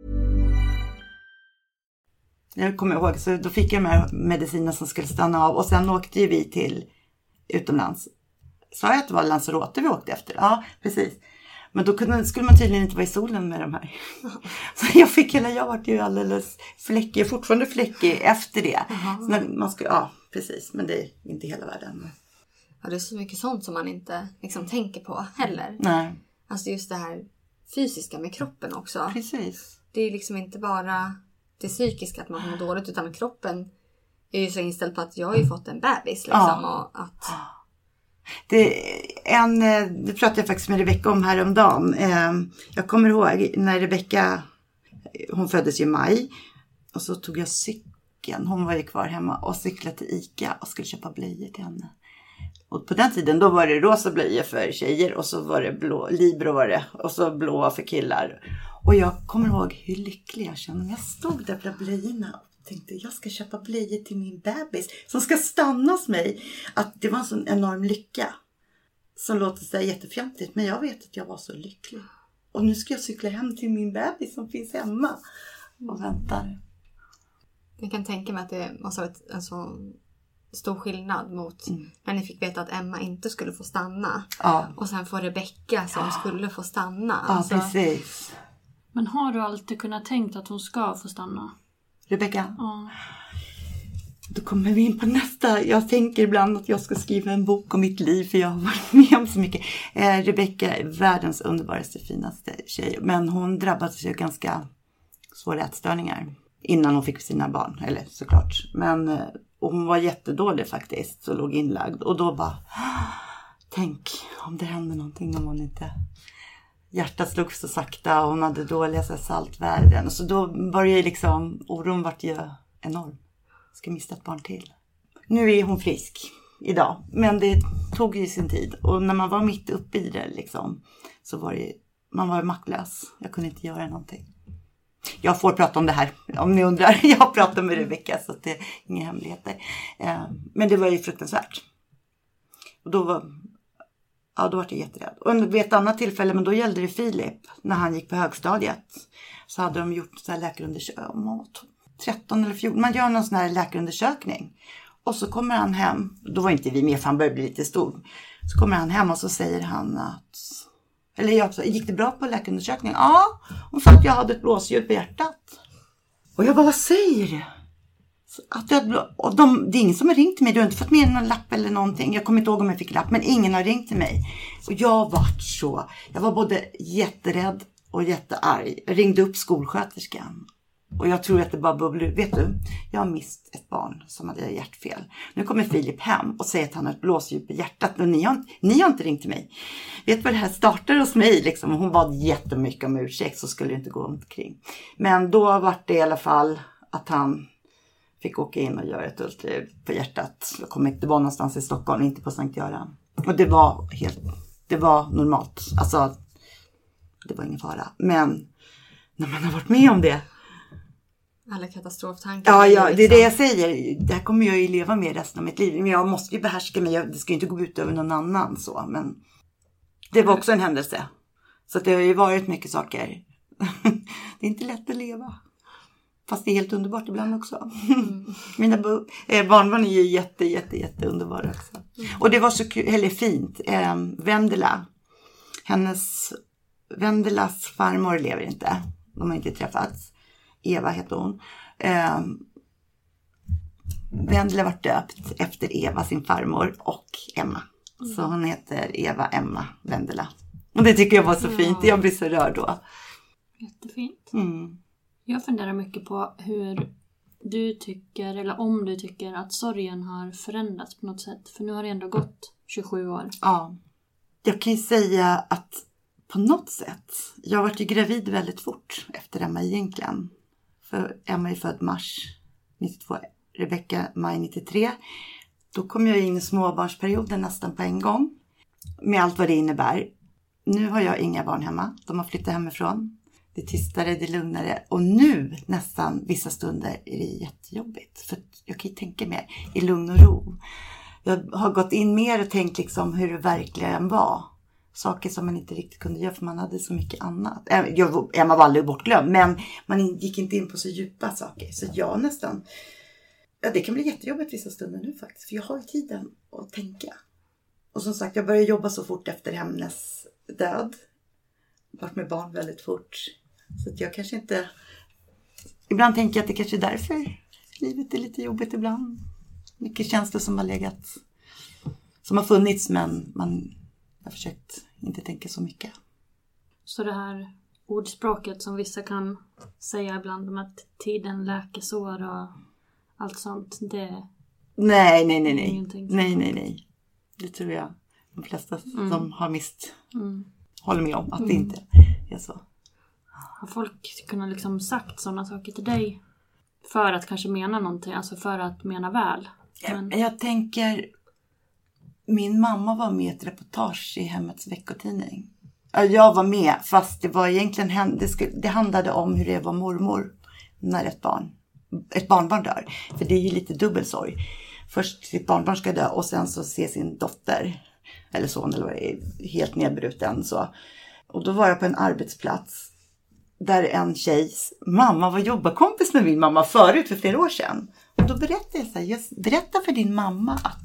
Jag kommer ihåg, så då fick jag de här medicinerna som skulle stanna av. Och sen åkte ju vi till utomlands. Sa jag att det var Lanzarote vi åkte efter? Ja, precis. Men då kunde, skulle man tydligen inte vara i solen med de här. Så jag fick hela, jag var ju alldeles fläckig, fortfarande fläckig efter det. Så när man skulle, ja, precis. Men det är inte hela världen. Ja, det är så mycket sånt som man inte liksom tänker på heller. Nej. Alltså just det här fysiska med kroppen också. Precis. Det är liksom inte bara det psykiska att man mår dåligt, utan kroppen är ju så inställd på att jag har ju fått en bebis liksom. Ja. Och att... Det, en, det pratade jag faktiskt med Rebecka om häromdagen. Jag kommer ihåg när Rebecka, hon föddes i maj. Och så tog jag cykeln, hon var ju kvar hemma, och cyklade till Ica och skulle köpa blöjor till henne. Och på den tiden då var det rosa blöjor för tjejer och så var det blå, Libro var det, och så blåa för killar. Och jag kommer ihåg hur lycklig jag kände. Jag stod där bland blöjorna och tänkte, jag ska köpa blöjor till min bebis som ska stanna hos mig. Att det var en sån enorm lycka. Som låter sig jättefjantigt, men jag vet att jag var så lycklig. Och nu ska jag cykla hem till min bebis som finns hemma och väntar. Jag kan tänka mig att det måste ha varit en så stor skillnad mot mm. när ni fick veta att Emma inte skulle få stanna. Ja. Och sen får Rebecka som ja. skulle få stanna. Ja, alltså... precis. Men har du alltid kunnat tänkt att hon ska få stanna? Rebecka? Ja. Då kommer vi in på nästa. Jag tänker ibland att jag ska skriva en bok om mitt liv, för jag har varit med om så mycket. Eh, Rebecka är världens underbaraste, finaste tjej. Men hon drabbades ju ganska svåra ätstörningar innan hon fick sina barn. Eller såklart. Men eh, och hon var jättedålig faktiskt, så låg inlagd. Och då bara, tänk om det händer någonting, om hon inte... Hjärtat slog så sakta och hon hade dåliga så här, saltvärden. Och så då började liksom, oron vart ju enorm. Ska mista ett barn till. Nu är hon frisk idag. Men det tog ju sin tid. Och när man var mitt uppe i det liksom, så var det, man var maktlös. Jag kunde inte göra någonting. Jag får prata om det här, om ni undrar. Jag pratar med Rebecka, så det är inga hemligheter. Men det var ju fruktansvärt. Och då var... Ja, då var jag jätterädd. Och vid ett annat tillfälle, men då gällde det Filip. När han gick på högstadiet. Så hade de gjort så här läkarundersökning. tretton eller fjorton. Man gör någon sån här läkarundersökning. Och så kommer han hem. Då var inte vi med, för han började bli lite stor. Så kommer han hem och så säger han att... Eller jag sa, gick det bra på läkarundersökningen? Ja, hon sa att jag hade ett blåsljud på hjärtat. Och jag bara, vad säger du? Att jag, och de, det är ingen som har ringt till mig. Du har inte fått med någon lapp eller någonting. Jag kommer inte ihåg om jag fick lapp, men ingen har ringt till mig. Och jag var så, jag var både jätterädd och jättearg. Jag ringde upp skolsköterskan. Och jag tror att det bara bubblar. Vet du, jag har mist ett barn som hade hjärtfel. Nu kommer Filip hem och säger att han har ett blåsljud på hjärtat. Och ni har, ni har inte ringt till mig. Vet du vad det här startar hos mig? Liksom. Hon bad jättemycket om ursäkt, så skulle det inte gå omkring. Men då var det i alla fall att han fick åka in och göra ett ultraljud på hjärtat. Jag kom inte, det var någonstans i Stockholm, inte på Sankt Göran. Och det var helt, det var normalt. Alltså, det var ingen fara. Men när man har varit med om det. Alla katastroftankar. Ja, ja, det är det jag säger. Det här kommer jag ju leva med resten av mitt liv. Men jag måste ju behärska mig. Det ska ju inte gå ut över någon annan så. Men det var också en händelse. Så det har ju varit mycket saker. Det är inte lätt att leva. Fast det är helt underbart ibland också. Mm. Mina barnbarn är ju jätte, jätte, jätte underbara också. Mm. Och det var så kul, eller fint. Eh, Vendela. Hennes, Vendelas farmor lever inte. De har inte träffats. Eva heter hon. Eh, Vendela var döpt efter Eva, sin farmor, och Emma. Mm. Så hon heter Eva Emma Vendela. Och det tycker jag var så fint. Jag blir så rörd då. Jättefint. Mm. Jag funderar mycket på hur du tycker, eller om du tycker att sorgen har förändrats på något sätt. För nu har det ändå gått tjugosju år. Ja, jag kan ju säga att på något sätt, jag var ju gravid väldigt fort efter Emma egentligen. För Emma är född mars nittiotvå, Rebecca maj nittiotre. Då kom jag in i småbarnsperioden nästan på en gång. Med allt vad det innebär. Nu har jag inga barn hemma. De har flyttat hemifrån. Det är tystare, det är lugnare. Och nu nästan vissa stunder är det jättejobbigt. För jag kan ju tänka mer i lugn och ro. Jag har gått in mer och tänkt liksom hur det verkligen var. Saker som man inte riktigt kunde göra för man hade så mycket annat. Jag, Emma var aldrig bortglömd, men man gick inte in på så djupa saker. Så jag nästan, ja, det kan bli jättejobbigt vissa stunder nu faktiskt. För jag har ju tiden att tänka. Och som sagt, jag började jobba så fort efter hennes död. Varit med barn väldigt fort. Så att jag kanske inte, ibland tänker jag att det kanske är därför livet är lite jobbigt ibland. Mycket känslor som har legat, som har funnits, men man har försökt inte tänka så mycket. Så det här ordspråket som vissa kan säga ibland om att tiden läker sår och allt sånt, det nej, nej, nej, nej. Ingenting. Nej, nej, nej. Det tror jag de flesta mm. som har mist mm. håller med om att mm. det inte är så. Har folk kunnat liksom sagt sådana saker till dig för att kanske mena någonting, alltså för att mena väl? Men... Jag, jag tänker, min mamma var med i ett reportage i Hemmets veckotidning. Jag var med, fast det var egentligen, det, skulle, det handlade om hur det var mormor när ett barn, ett barnbarn dör. För det är ju lite dubbelsorg. Först sitt barnbarn ska dö och sen så se sin dotter, eller son, eller vad det är, helt nedbruten så. Och då var jag på en arbetsplats där en tjejs mamma var jobbarkompis med min mamma förut för flera år sedan. Och då berättade jag så här, just berätta för din mamma att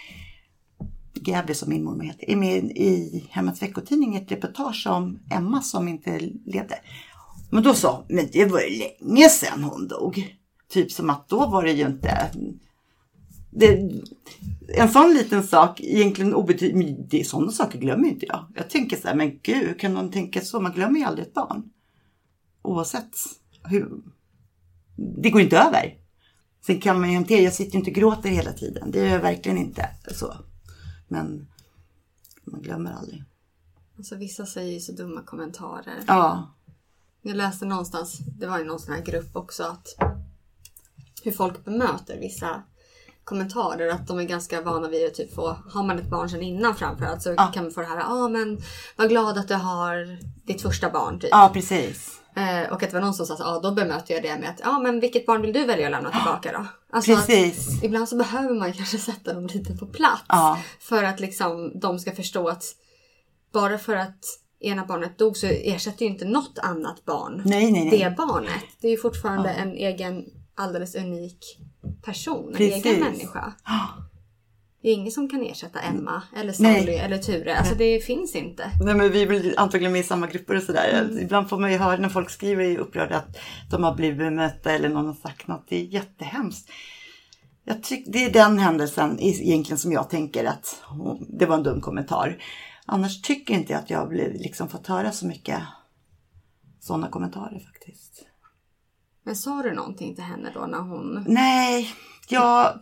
Gabby, som min mormor heter, är med i Hemmets veckotidning ett reportage om Emma som inte levde. Men då sa, men det var ju länge sedan hon dog. Typ som att då var det ju inte... Det, en sån liten sak, egentligen obetydlig, det är sådana saker glömmer inte jag. Jag tänker så här, men gud, kan någon tänka så? Man glömmer ju aldrig ett barn. Oavsett hur... Det går inte över. Sen kan man ju hantera, jag sitter inte och gråter hela tiden. Det är jag verkligen inte så. Men man glömmer aldrig. Alltså vissa säger ju så dumma kommentarer. Ja. Jag läste någonstans, det var ju någon sån här grupp också, att hur folk bemöter vissa kommentarer, att de är ganska vana vid att typ få, har man ett barn sedan innan framförallt så ja. kan man få det här, ja ah, men vad glad att du har ditt första barn typ. Ja, precis. Eh, och att det var någon som sa, ja ah, då bemöter jag det med att, ja ah, men vilket barn vill du välja att lämna tillbaka då? Alltså precis. Att, ibland så behöver man kanske sätta dem lite på plats. Ja. För att liksom de ska förstå att bara för att ena barnet dog så ersätter ju inte något annat barn nej, nej, nej. det barnet. Det är ju fortfarande ja. en egen alldeles unik person, en precis. egen människa. Det är ingen som kan ersätta Emma eller Sally eller Ture. Alltså det finns inte. Nej, men vi är väl antagligen med i samma grupper och sådär. Mm. Ibland får man ju höra när folk skriver i upprörda att de har blivit bemötta eller någon har sagt något. Det är jättehemskt. Jag tycker det är den händelsen egentligen som jag tänker att det var en dum kommentar. Annars tycker inte jag att jag blev liksom fått höra så mycket sådana kommentarer faktiskt. Men sa du någonting till henne då när hon... Nej, jag...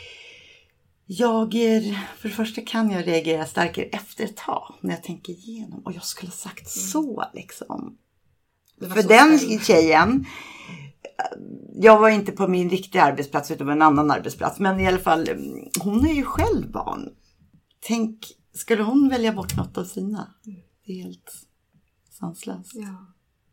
Jag är... För det första kan jag reagera starkare efter ett tag när jag tänker igenom. Och jag skulle ha sagt så liksom. För så den själv. Tjejen... Jag var inte på min riktiga arbetsplats utan på en annan arbetsplats. Men i alla fall, hon är ju själv barn. Tänk, skulle hon välja bort något av sina? Det är helt sanslöst. Ja.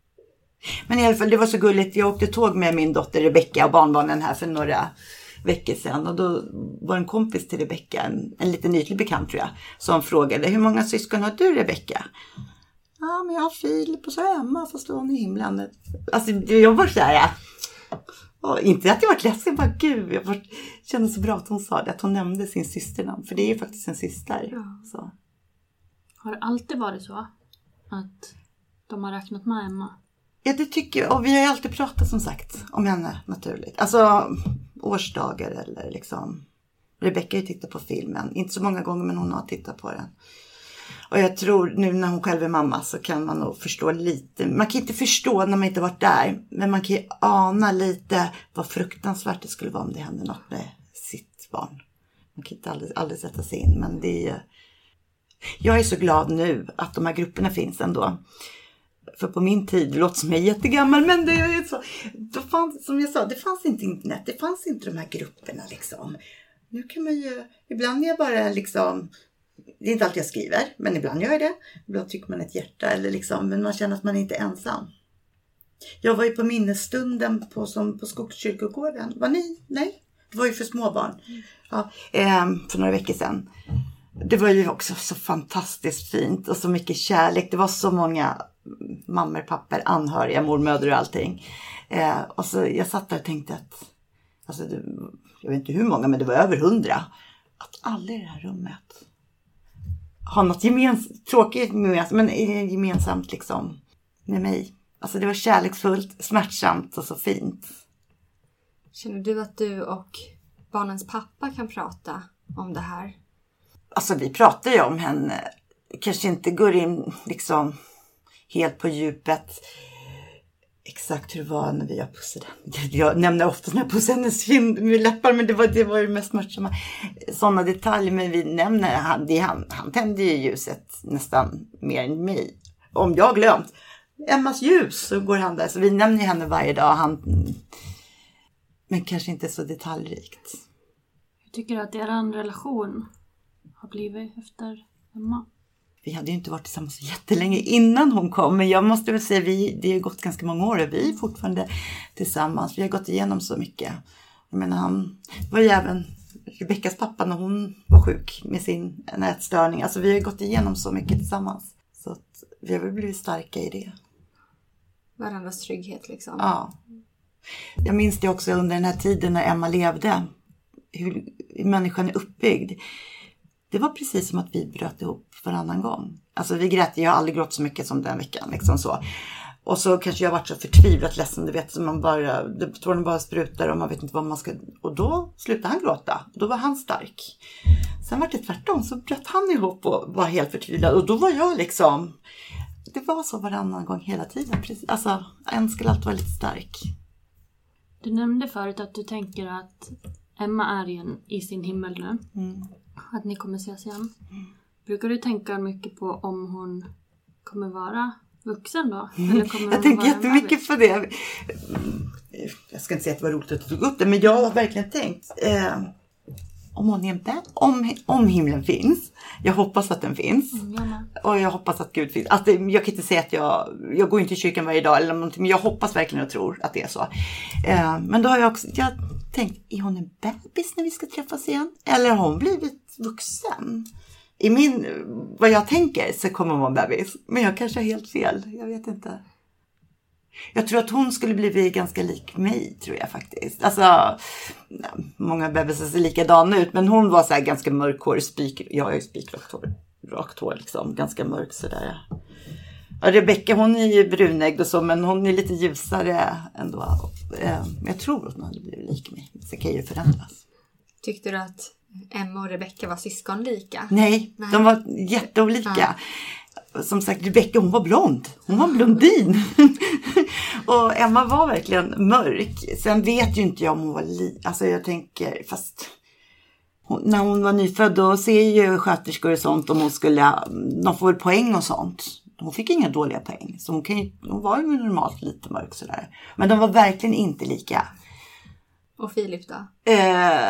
Men i alla fall, det var så gulligt. Jag åkte tåg med min dotter Rebecca och barnbarnen här för några veckor sedan. Och då var en kompis till Rebecca, en, en liten ytlig bekant tror jag, som frågade, hur många syskon har du Rebecca? Ja, men jag har Filip och så Emma, fast hon i himlen. Alltså, jag var så här... Och inte att jag var ledsen, bara gud, jag var, kände så bra att hon sa det, att hon nämnde sin systernamn. För det är ju faktiskt en syster. Ja. Så. Har det alltid varit så att de har räknat med Emma? Ja, det tycker jag. Och vi har ju alltid pratat som sagt om henne naturligt. Alltså årsdagar eller liksom. Rebecca har ju tittat på filmen. Inte så många gånger, men hon har tittat på den. Och jag tror nu när hon själv är mamma så kan man nog förstå lite. Man kan inte förstå när man inte varit där. Men man kan ju ana lite vad fruktansvärt det skulle vara om det hände något med sitt barn. Man kan inte aldrig, aldrig sätta sig in. Men det är... Jag är så glad nu att de här grupperna finns ändå. För på min tid, det låter som jag är jättegammal, men det är ju så. Då fanns, som jag sa, det fanns inte internet. Det fanns inte de här grupperna liksom. Nu kan man ju, ibland är jag bara liksom... Det är inte alltid jag skriver, men ibland gör jag det. Ibland trycker man ett hjärta eller liksom, men man känner att man inte är ensam. Jag var ju på minnesstunden på, som på Skogskyrkogården. Var ni? Nej, det var ju för småbarn. Ja, eh, för några veckor sedan. Det var ju också så fantastiskt fint och så mycket kärlek. Det var så många mammor, pappor, anhöriga, mormödrar och allting. Eh, och så jag satt där och tänkte att, alltså det, jag vet inte hur många, men det var över hundra. Att alla i det här rummet har något gemensamt, tråkigt gemensamt, men gemensamt liksom med mig. Alltså det var kärleksfullt, smärtsamt och så fint. Känner du att du och barnens pappa kan prata om det här? Alltså vi pratar ju om henne. Kanske inte går in liksom helt på djupet. Exakt hur det var när vi har pussade. Jag nämner ofta när jag pussade hennes med läppar. Men det var, det var ju mest smärtsamma. Sådana detaljer. Men vi nämner. Han, det, han, han tände ju ljuset nästan mer än mig. Om jag glömt Emmas ljus så går han där. Så vi nämner henne varje dag. Han, men kanske inte så detaljrikt. Jag tycker att er relation har blivit efter Emma. Vi hade ju inte varit tillsammans så jättelänge innan hon kom. Men jag måste väl säga, vi, det har gått ganska många år och vi är fortfarande tillsammans. Vi har gått igenom så mycket. Jag menar, han var ju även Rebeckas pappa när hon var sjuk med sin nätstörning. Alltså vi har gått igenom så mycket tillsammans. Så att vi har väl blivit starka i det. Varandras trygghet liksom. Ja. Jag minns det också under den här tiden när Emma levde. Hur människan är uppbyggd. Det var precis som att vi bröt ihop varannan gång. Alltså vi grät, jag har aldrig grått så mycket som den veckan. Liksom så. Och så kanske jag varit så förtvivlat ledsen. Du vet, så man bara, tårarna bara sprutar och man vet inte vad man ska... Och då slutade han gråta. Då var han stark. Sen var det tvärtom, så bröt han ihop och var helt förtvivlad. Och då var jag liksom... Det var så varannan gång hela tiden. Precis. Alltså, en skulle alltid vara lite stark. Du nämnde förut att du tänker att Emma är igen i sin himmel nu. Mm. Att ni kommer ses igen. Mm. Brukar du tänka mycket på om hon kommer vara vuxen då? Eller kommer jag tänker jättemycket på det. Jag ska inte säga att det var roligt att du tog upp det. Men jag har verkligen tänkt. Eh, om hon är om, om himlen finns. Jag hoppas att den finns. Mm, och jag hoppas att Gud finns. Alltså, jag kan inte säga att jag... Jag går inte i kyrkan varje dag. Eller någonting, men jag hoppas verkligen och tror att det är så. Eh, men då har jag också... Jag tänkt, är hon en bebis när vi ska träffas igen? Eller har hon blivit vuxen? I min... Vad jag tänker så kommer hon vara en bebis. Men jag kanske har helt fel. Jag vet inte. Jag tror att hon skulle bli ganska lik mig, tror jag faktiskt. Alltså, många bebisar ser likadana ut, men hon var så här ganska mörkhårig, spik. Jag är ju spikrakt hår, rakt hår liksom, ganska mörk sådär. Ja, Rebecca, hon är ju brunägd och så, men hon är lite ljusare ändå. Jag tror att hon hade blivit lik mig, så kan ju förändras. Tyckte du att Emma och Rebecca var syskonlika? Nej, Nej. de var jätteolika. Ja. Som sagt, Rebecca, hon var blond. Hon var blondin. Och Emma var verkligen mörk. Sen vet ju inte jag om hon var li... Alltså jag tänker, fast... Hon, när hon var nyfödd, då ser ju sköterskor och sånt om hon skulle... De får väl poäng och sånt. Hon fick inga dåliga poäng. Så hon, kan ju, hon var ju normalt lite mörk sådär. Men de var verkligen inte lika. Och Filip då? Eh...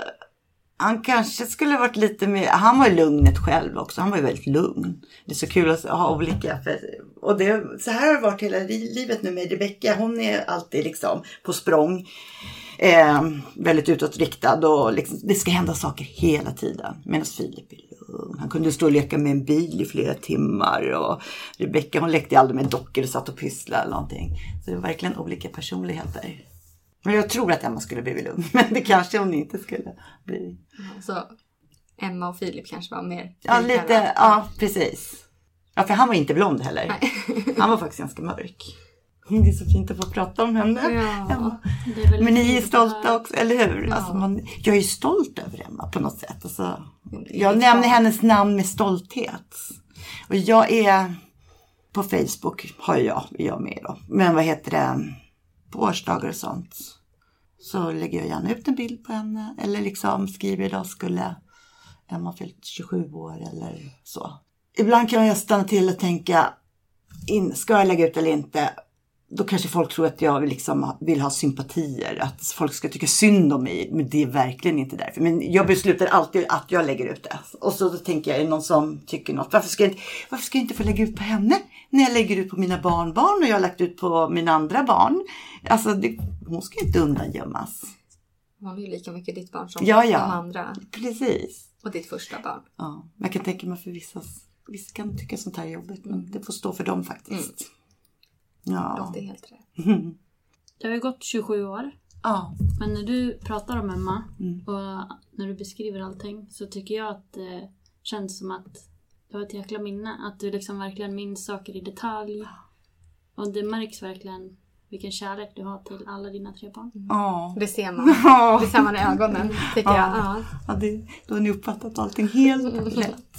Han kanske skulle varit lite mer... Han var ju lugnet själv också. Han var ju väldigt lugn. Det är så kul att ha olika... För, och det, så här har det varit hela livet nu med Rebecca. Hon är alltid liksom på språng. Eh, väldigt utåtriktad. Och liksom, det ska hända saker hela tiden. Medan Filip är lugn. Han kunde stå och leka med en bil i flera timmar. Och Rebecca, hon lekte aldrig med dockor och satt och pysslade eller någonting. Så det var verkligen olika personligheter. Men jag tror att Emma skulle bli lugn. Men det kanske hon inte skulle bli. Så Emma och Filip kanske var mer... Ja, lite. Ja, precis. Ja, för han var inte blond heller. Nej. Han var faktiskt ganska mörk. Det är så fint att få prata om henne. Ja, Emma. Det är Men ni är stolta också, eller hur? Ja. Alltså man, jag är stolt över Emma på något sätt. Alltså, jag nämner hennes namn med stolthet. Och jag är... På Facebook har jag, jag med då. Men vad heter det... På årsdagar och sånt så lägger jag gärna ut en bild på henne. Eller liksom skriver idag skulle Emma fyllt tjugosju år eller så. Ibland kan jag stanna till och tänka, in, ska jag lägga ut eller inte? Då kanske folk tror att jag liksom vill ha sympatier. Att folk ska tycka synd om mig. Men det är verkligen inte därför. Men jag beslutar alltid att jag lägger ut det. Och så då tänker jag, är det någon som tycker något? Varför ska jag inte, varför ska jag inte få lägga ut på henne? När jag lägger ut på mina barnbarn och jag har lagt ut på mina andra barn. Alltså, det, hon ska inte undangömmas. Hon är ju lika mycket ditt barn som ja, ja. de andra. Precis. Och ditt första barn. Ja, man kan tänka mig för vissa, vissa kan tycka sånt här är jobbigt. Men det får stå för dem faktiskt. Mm. Ja. Det är helt rätt. Det har ju gått tjugosju år. Ja. Men när du pratar om Emma Mm. och när du beskriver allting så tycker jag att det känns som att du har ett jäkla minne. Att du liksom verkligen minns saker i detalj. Och det märks verkligen vilken kärlek du har till alla dina tre barn. Ja. Det ser man. Ja. Det ser man i ögonen, tycker Ja. jag. Ja. Ja, det, då har ni uppfattat allting helt rätt.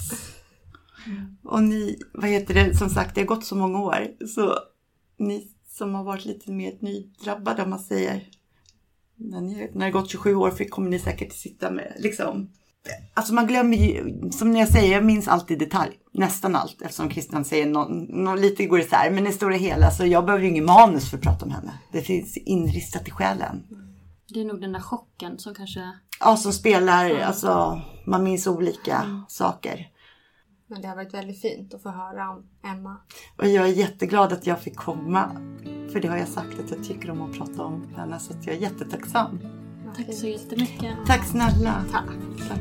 Och ni, vad heter det, som sagt, det har gått så många år. Så ni som har varit lite mer nydrabbade, om man säger, när, ni, när det har gått tjugosju år, för kommer ni säkert sitta med, liksom, alltså man glömmer ju, som jag säger, jag minns alltid detalj, nästan allt, eftersom Christian säger någon, någon lite går isär, men i stora hela, så jag behöver ju ingen manus för att prata om henne. Det finns inristat i själen. Det är nog den där chocken som kanske... Ja, som spelar, mm. alltså, man minns olika mm. saker. Men det har varit väldigt fint att få höra om Emma. Och jag är jätteglad att jag fick komma. För det har jag sagt att jag tycker om att prata om henne. Så att jag är jättetacksam. Tack så jättemycket. Tack snälla. Tack. Tack.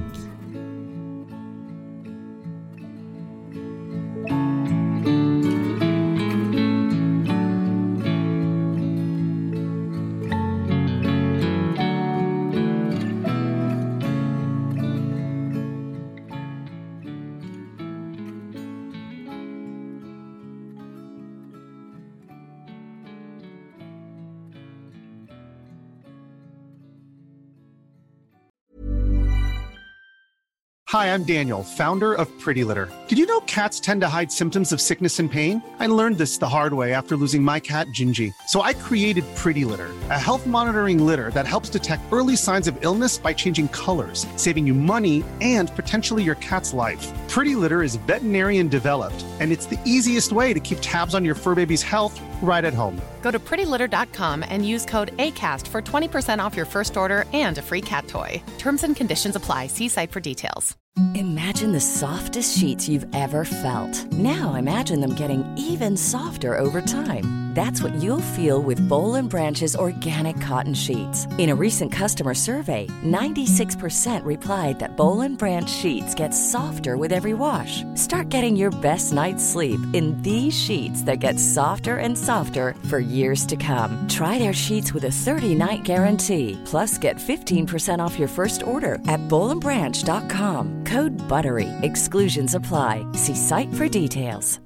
Hi, I'm Daniel, founder of Pretty Litter. Did you know cats tend to hide symptoms of sickness and pain? I learned this the hard way after losing my cat, Gingy. So I created Pretty Litter, a health monitoring litter that helps detect early signs of illness by changing colors, saving you money and potentially your cat's life. Pretty Litter is veterinarian developed, and it's the easiest way to keep tabs on your fur baby's health right at home. Go to pretty litter dot com and use code ACAST for twenty percent off your first order and a free cat toy. Terms and conditions apply. See site for details. Imagine the softest sheets you've ever felt. Now imagine them getting even softer over time. That's what you'll feel with Bowl and Branch's organic cotton sheets. In a recent customer survey, ninety-six percent replied that Bowl and Branch sheets get softer with every wash. Start getting your best night's sleep in these sheets that get softer and softer for years to come. Try their sheets with a thirty-night guarantee. Plus, get fifteen percent off your first order at bowl and branch dot com. Code BUTTERY. Exclusions apply. See site for details.